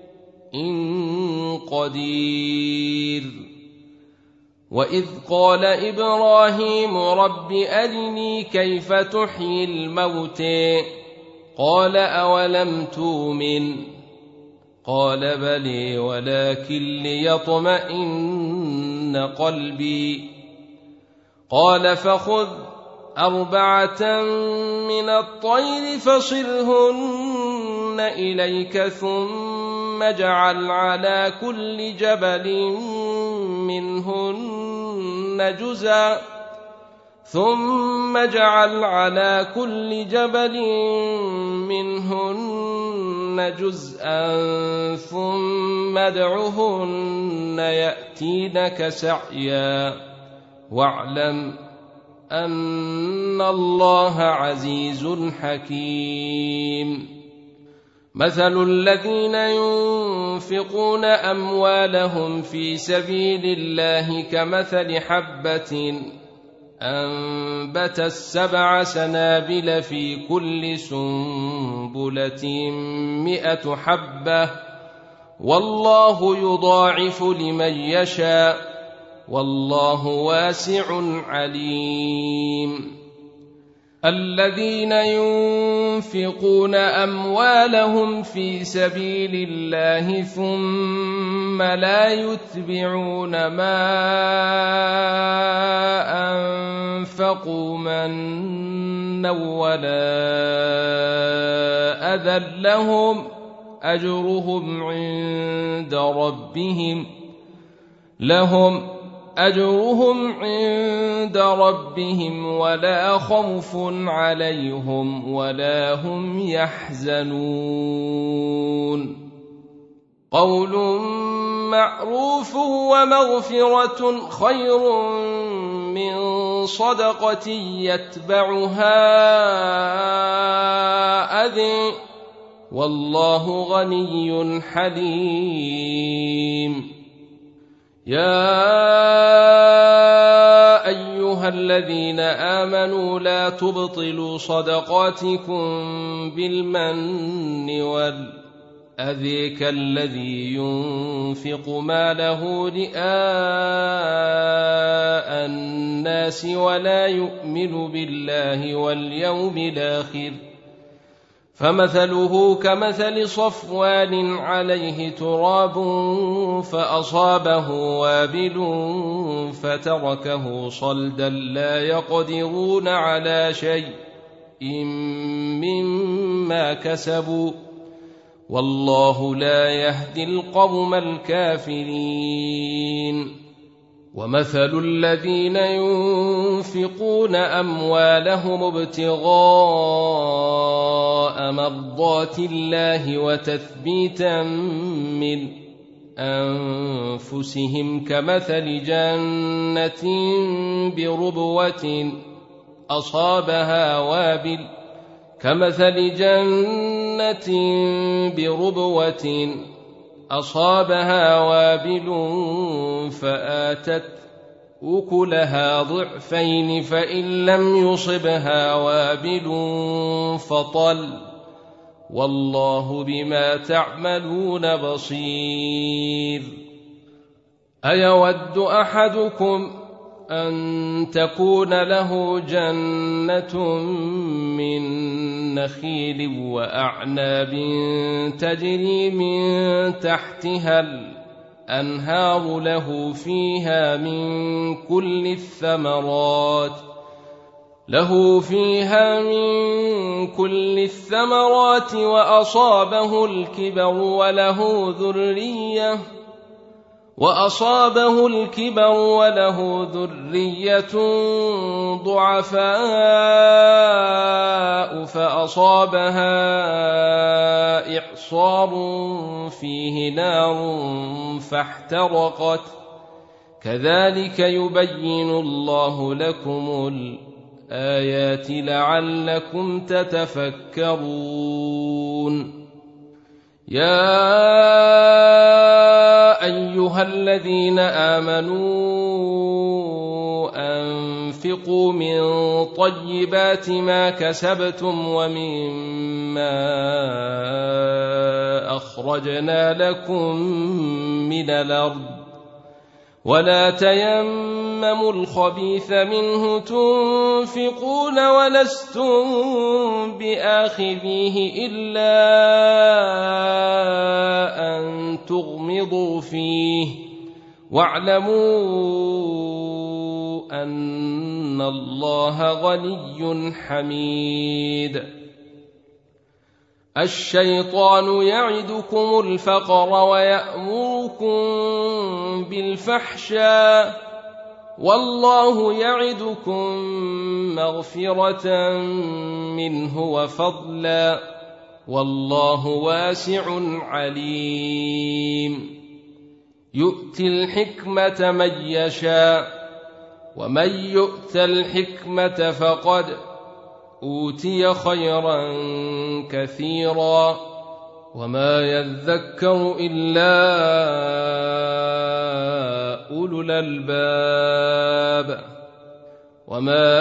قدير. وإذ قال إبراهيم رب أرني كيف تحيي الموتى قال أولم تؤمن قال بلى ولكن ليطمئن قلبي قال فخذ أربعة من الطير فصرهن إليك ثم اجعل على كل جبل منهن جزءا ثم اجعل على كل جبل منهن جزءا ثم ادعهن يأتينك سعيا واعلم أن الله عزيز حكيم. مثل الذين ينفقون أموالهم في سبيل الله كمثل حبة أنبتت سبع سنابل في كل سنبلة مئة حبة والله يضاعف لمن يشاء والله واسع عليم. الذين ينفقون أموالهم في سبيل الله ثم لا يتبعون ما أنفقوا منا ولا أذى لهم أجرهم عند ربهم لهم أجرهم عند ربهم ولا خوف عليهم ولا هم يحزنون قول معروف ومغفرة خير من صدقة يتبعها أذى والله غني حليم يا أيها الذين آمنوا لا تبطلوا صدقاتكم بالمن والأذى كالذي ينفق ماله رئاء الناس ولا يؤمن بالله واليوم الآخر فمثله كمثل صفوان عليه تراب فأصابه وابل فتركه صلدا لا يقدرون على شيء مما كسبوا والله لا يهدي القوم الكافرين ومثل الذين ينفقون أموالهم ابتغاء مرضات الله وتثبيتا من أنفسهم كمثل جنة بربوة أصابها وابل كمثل جنة بربوة أصابها وابل فآتت أكلها ضعفين فإن لم يصبها وابل فطل والله بما تعملون بصير أيود أحدكم أن تكون له جنة من نخيل وأعناب تجري من تحتها الأنهار له فيها من كل الثمرات له فيها من كل الثمرات وأصابه الكبر وله ذرية وأصابه الكبر وله ذرية ضعفاء فأصابها إعصار فيه نار فاحترقت كذلك يبين الله لكم الآيات لعلكم تتفكرون يا أيها الذين آمنوا أنفقوا من طيبات ما كسبتم ومما أخرجنا لكم من الأرض ولا تيمموا الخبيث منه تنفقون ولستم بآخذيه إلا أن تغمضوا فيه واعلموا أن الله غني حميد الشيطان يعدكم الفقر ويأمركم بالفحشاء والله يعدكم مغفرة منه وفضلا والله واسع عليم يؤتي الحكمة من يشاء ومن يؤت الحكمة فقد أوتي خيرا كثيرا وما يذكر إلا أولو الألباب وما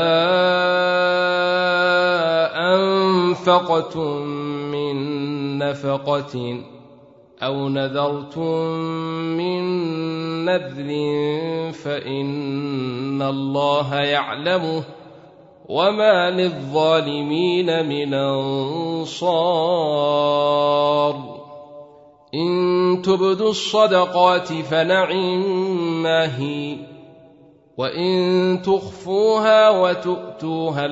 أنفقتم من نفقة أو نذرتم من نذر فإن الله يعلمه وما للظالمين من أنصار إن تبدوا الصدقات فنعما هي وإن تخفوها وتؤتوها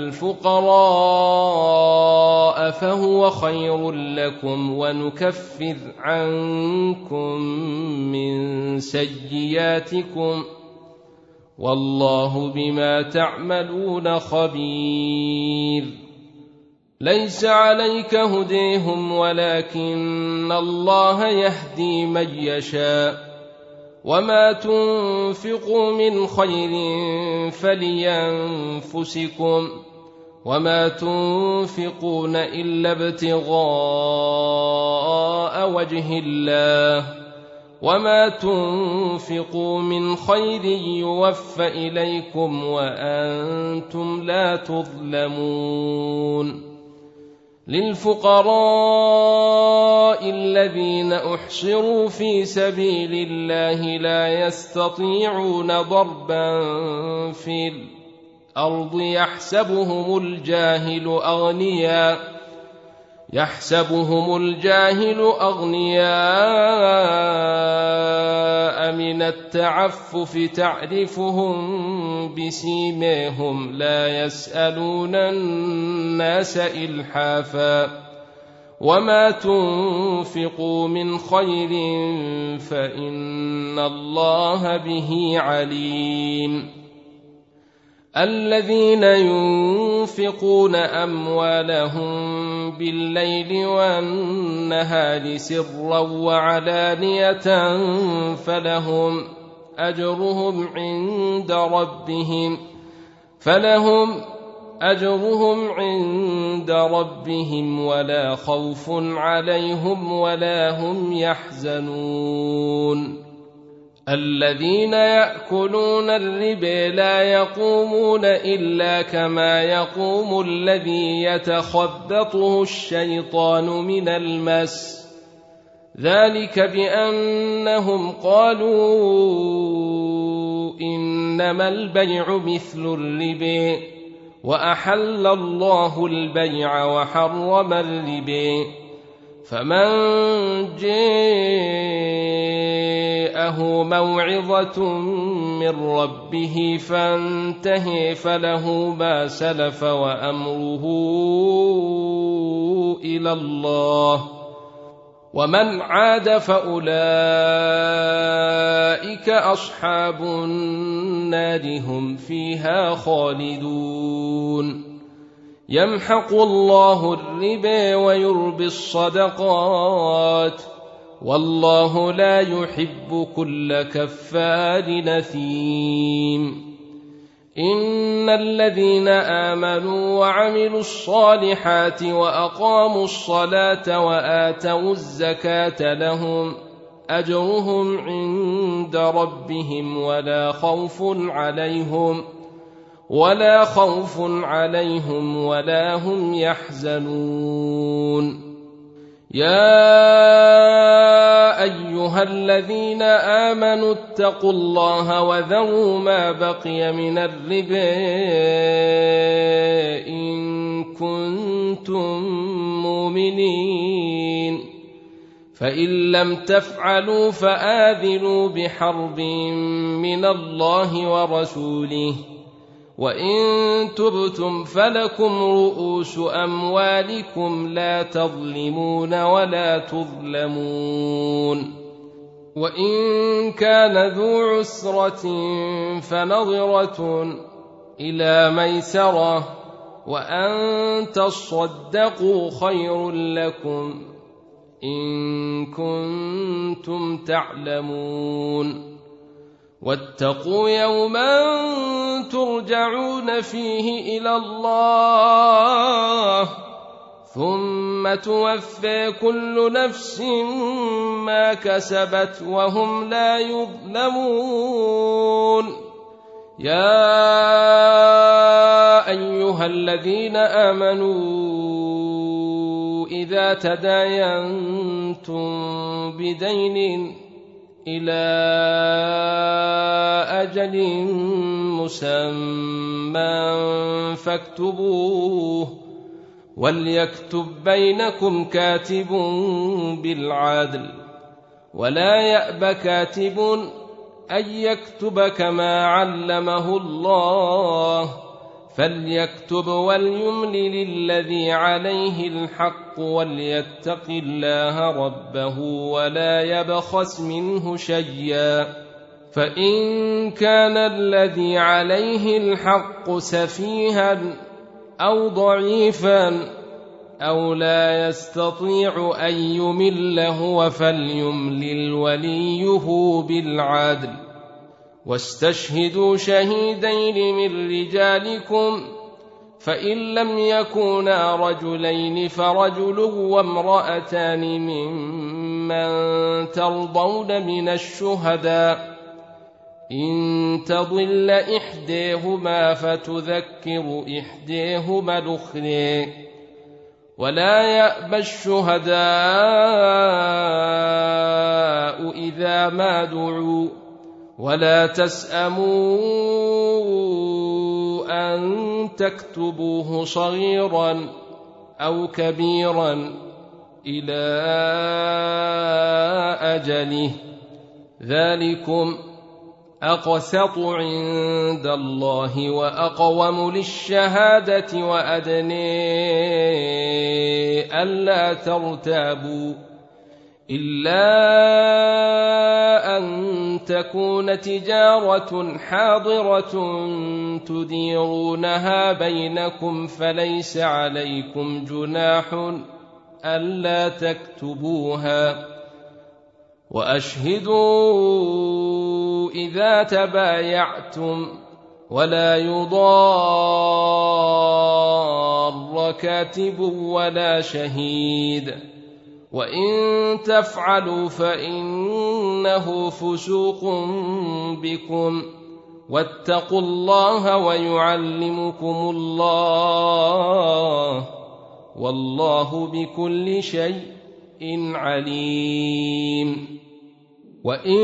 الفقراء فهو خير لكم ونكفر عنكم من سيئاتكم والله بما تعملون خبير ليس عليك هديهم ولكن الله يهدي من يشاء وما تنفقوا من خير فلينفسكم وما تنفقون إلا ابتغاء وجه الله وما تنفقوا من خير يوفى إليكم وأنتم لا تظلمون للفقراء الذين أحصروا في سبيل الله لا يستطيعون ضربا في الأرض يحسبهم الجاهل أغنياء يحسبهم الجاهل أغنياء من التعفف تعرفهم بسيماهم لا يسألون الناس إلحافا وما تنفقوا من خير فإن الله به عليم الذين ينفقون أموالهم بالليل والنهار سرا وعلانية فلهم أجرهم عند ربهم فلهم أجرهم عند ربهم ولا خوف عليهم ولا هم يحزنون الذين يأكلون الربا لا يقومون إلا كما يقوم الذي يتخبطه الشيطان من المس ذلك بأنهم قالوا إنما البيع مثل الربا وأحل الله البيع وحرم الربا فمن جاءه موعظة من ربه فانتهى فله ما سلف وأمره إلى الله ومن عاد فأولئك أصحاب النار هم فيها خالدون يمحق الله الربا ويربي الصدقات والله لا يحب كل كفار نثيم إن الذين آمنوا وعملوا الصالحات وأقاموا الصلاة وآتوا الزكاة لهم أجرهم عند ربهم ولا خوف عليهم ولا خوف عليهم ولا هم يحزنون يا أيها الذين آمنوا اتقوا الله وذروا ما بقي من الربا إن كنتم مؤمنين فإن لم تفعلوا فآذنوا بحرب من الله ورسوله وإن تبتم فلكم رؤوس أموالكم لا تظلمون ولا تظلمون وإن كان ذو عسرة فنظرة إلى ميسرة وأن تصدقوا خير لكم إن كنتم تعلمون واتقوا يوما ترجعون فيه إلى الله ثم توفى كل نفس ما كسبت وهم لا يظلمون يا أيها الذين آمنوا إذا تداينتم بدين إلى أجل مسمى فاكتبوه وليكتب بينكم كاتب بالعدل ولا يأب كاتب أن يكتب كما علمه الله فليكتب وليملل الذي عليه الحق وليتق الله ربه ولا يبخس منه شيئا فإن كان الذي عليه الحق سفيها أو ضعيفا أو لا يستطيع أن يمل هو فليملل وليه بالعدل واستشهدوا شهيدين من رجالكم فإن لم يكونا رجلين فرجل وامرأتان ممن ترضون من الشهداء إن تضل إحداهما فتذكر إحداهما الأخرى ولا يأبى الشهداء إذا ما دعوا ولا تسأموا أن تكتبوه صغيرا أو كبيرا إلى أجله ذلكم أقسط عند الله وأقوم للشهادة وأدني ألا ترتابوا إلا أن تكون تجارة حاضرة تديرونها بينكم فليس عليكم جناح ألا تكتبوها وأشهدوا إذا تبايعتم ولا يضار كاتب ولا شهيد وإن تفعلوا فإنه فسوق بكم واتقوا الله ويعلمكم الله والله بكل شيء عليم وإن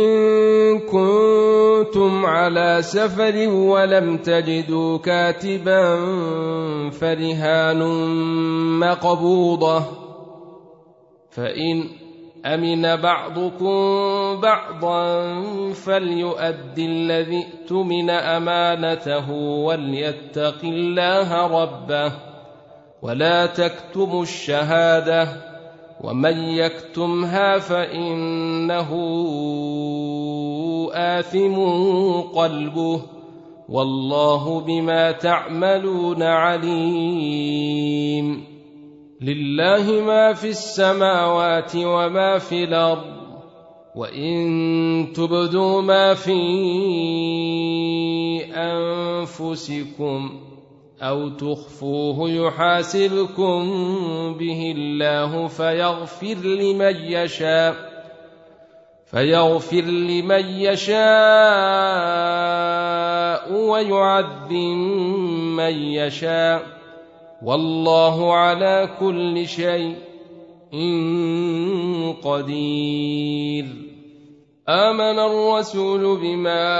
كنتم على سفر ولم تجدوا كاتبا فرهان مقبوضة فإن أمن بعضكم بعضا فليؤدي الذي اؤتمن أمانته وليتق الله ربه ولا تكتموا الشهادة ومن يكتمها فإنه آثم قلبه والله بما تعملون عليم لله ما في السماوات وما في الأرض وإن تبدوا ما في أنفسكم أو تخفوه يحاسبكم به الله فيغفر لمن يشاء فيغفر لمن يشاء ويعذب من يشاء والله على كل شيء قدير آمن الرسول بما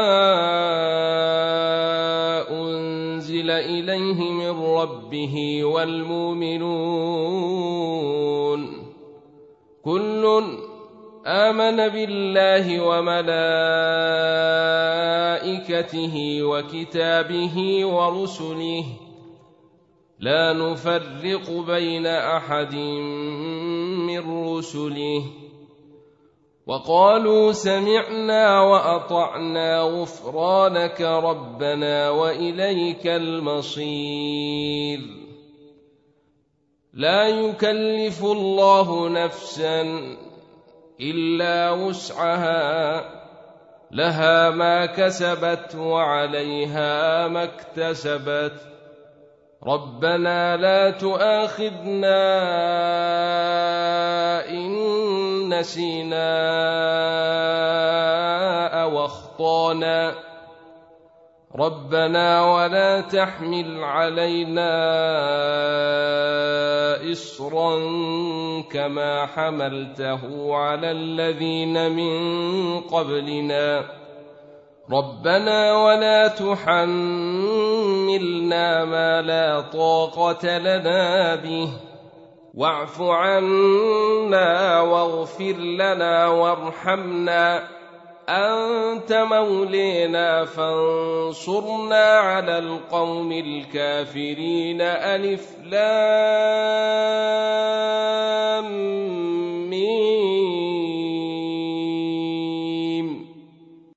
أنزل إليه من ربه والمؤمنون كل آمن بالله وملائكته وكتابه ورسله لا نفرق بين أحد من رسله وقالوا سمعنا وأطعنا غفرانك ربنا وإليك المصير لا يكلف الله نفسا إلا وسعها لها ما كسبت وعليها ما اكتسبت ربنا لا تؤاخذنا إن نسينا أو أخطأنا ربنا ولا تحمل علينا إصرا كما حملته على الذين من قبلنا ربنا ولا تحملنا ما لا طاقة لنا به واعف عنا واغفر لنا وارحمنا أنت مولينا فانصرنا على القوم الكافرين. ألف لام ميم.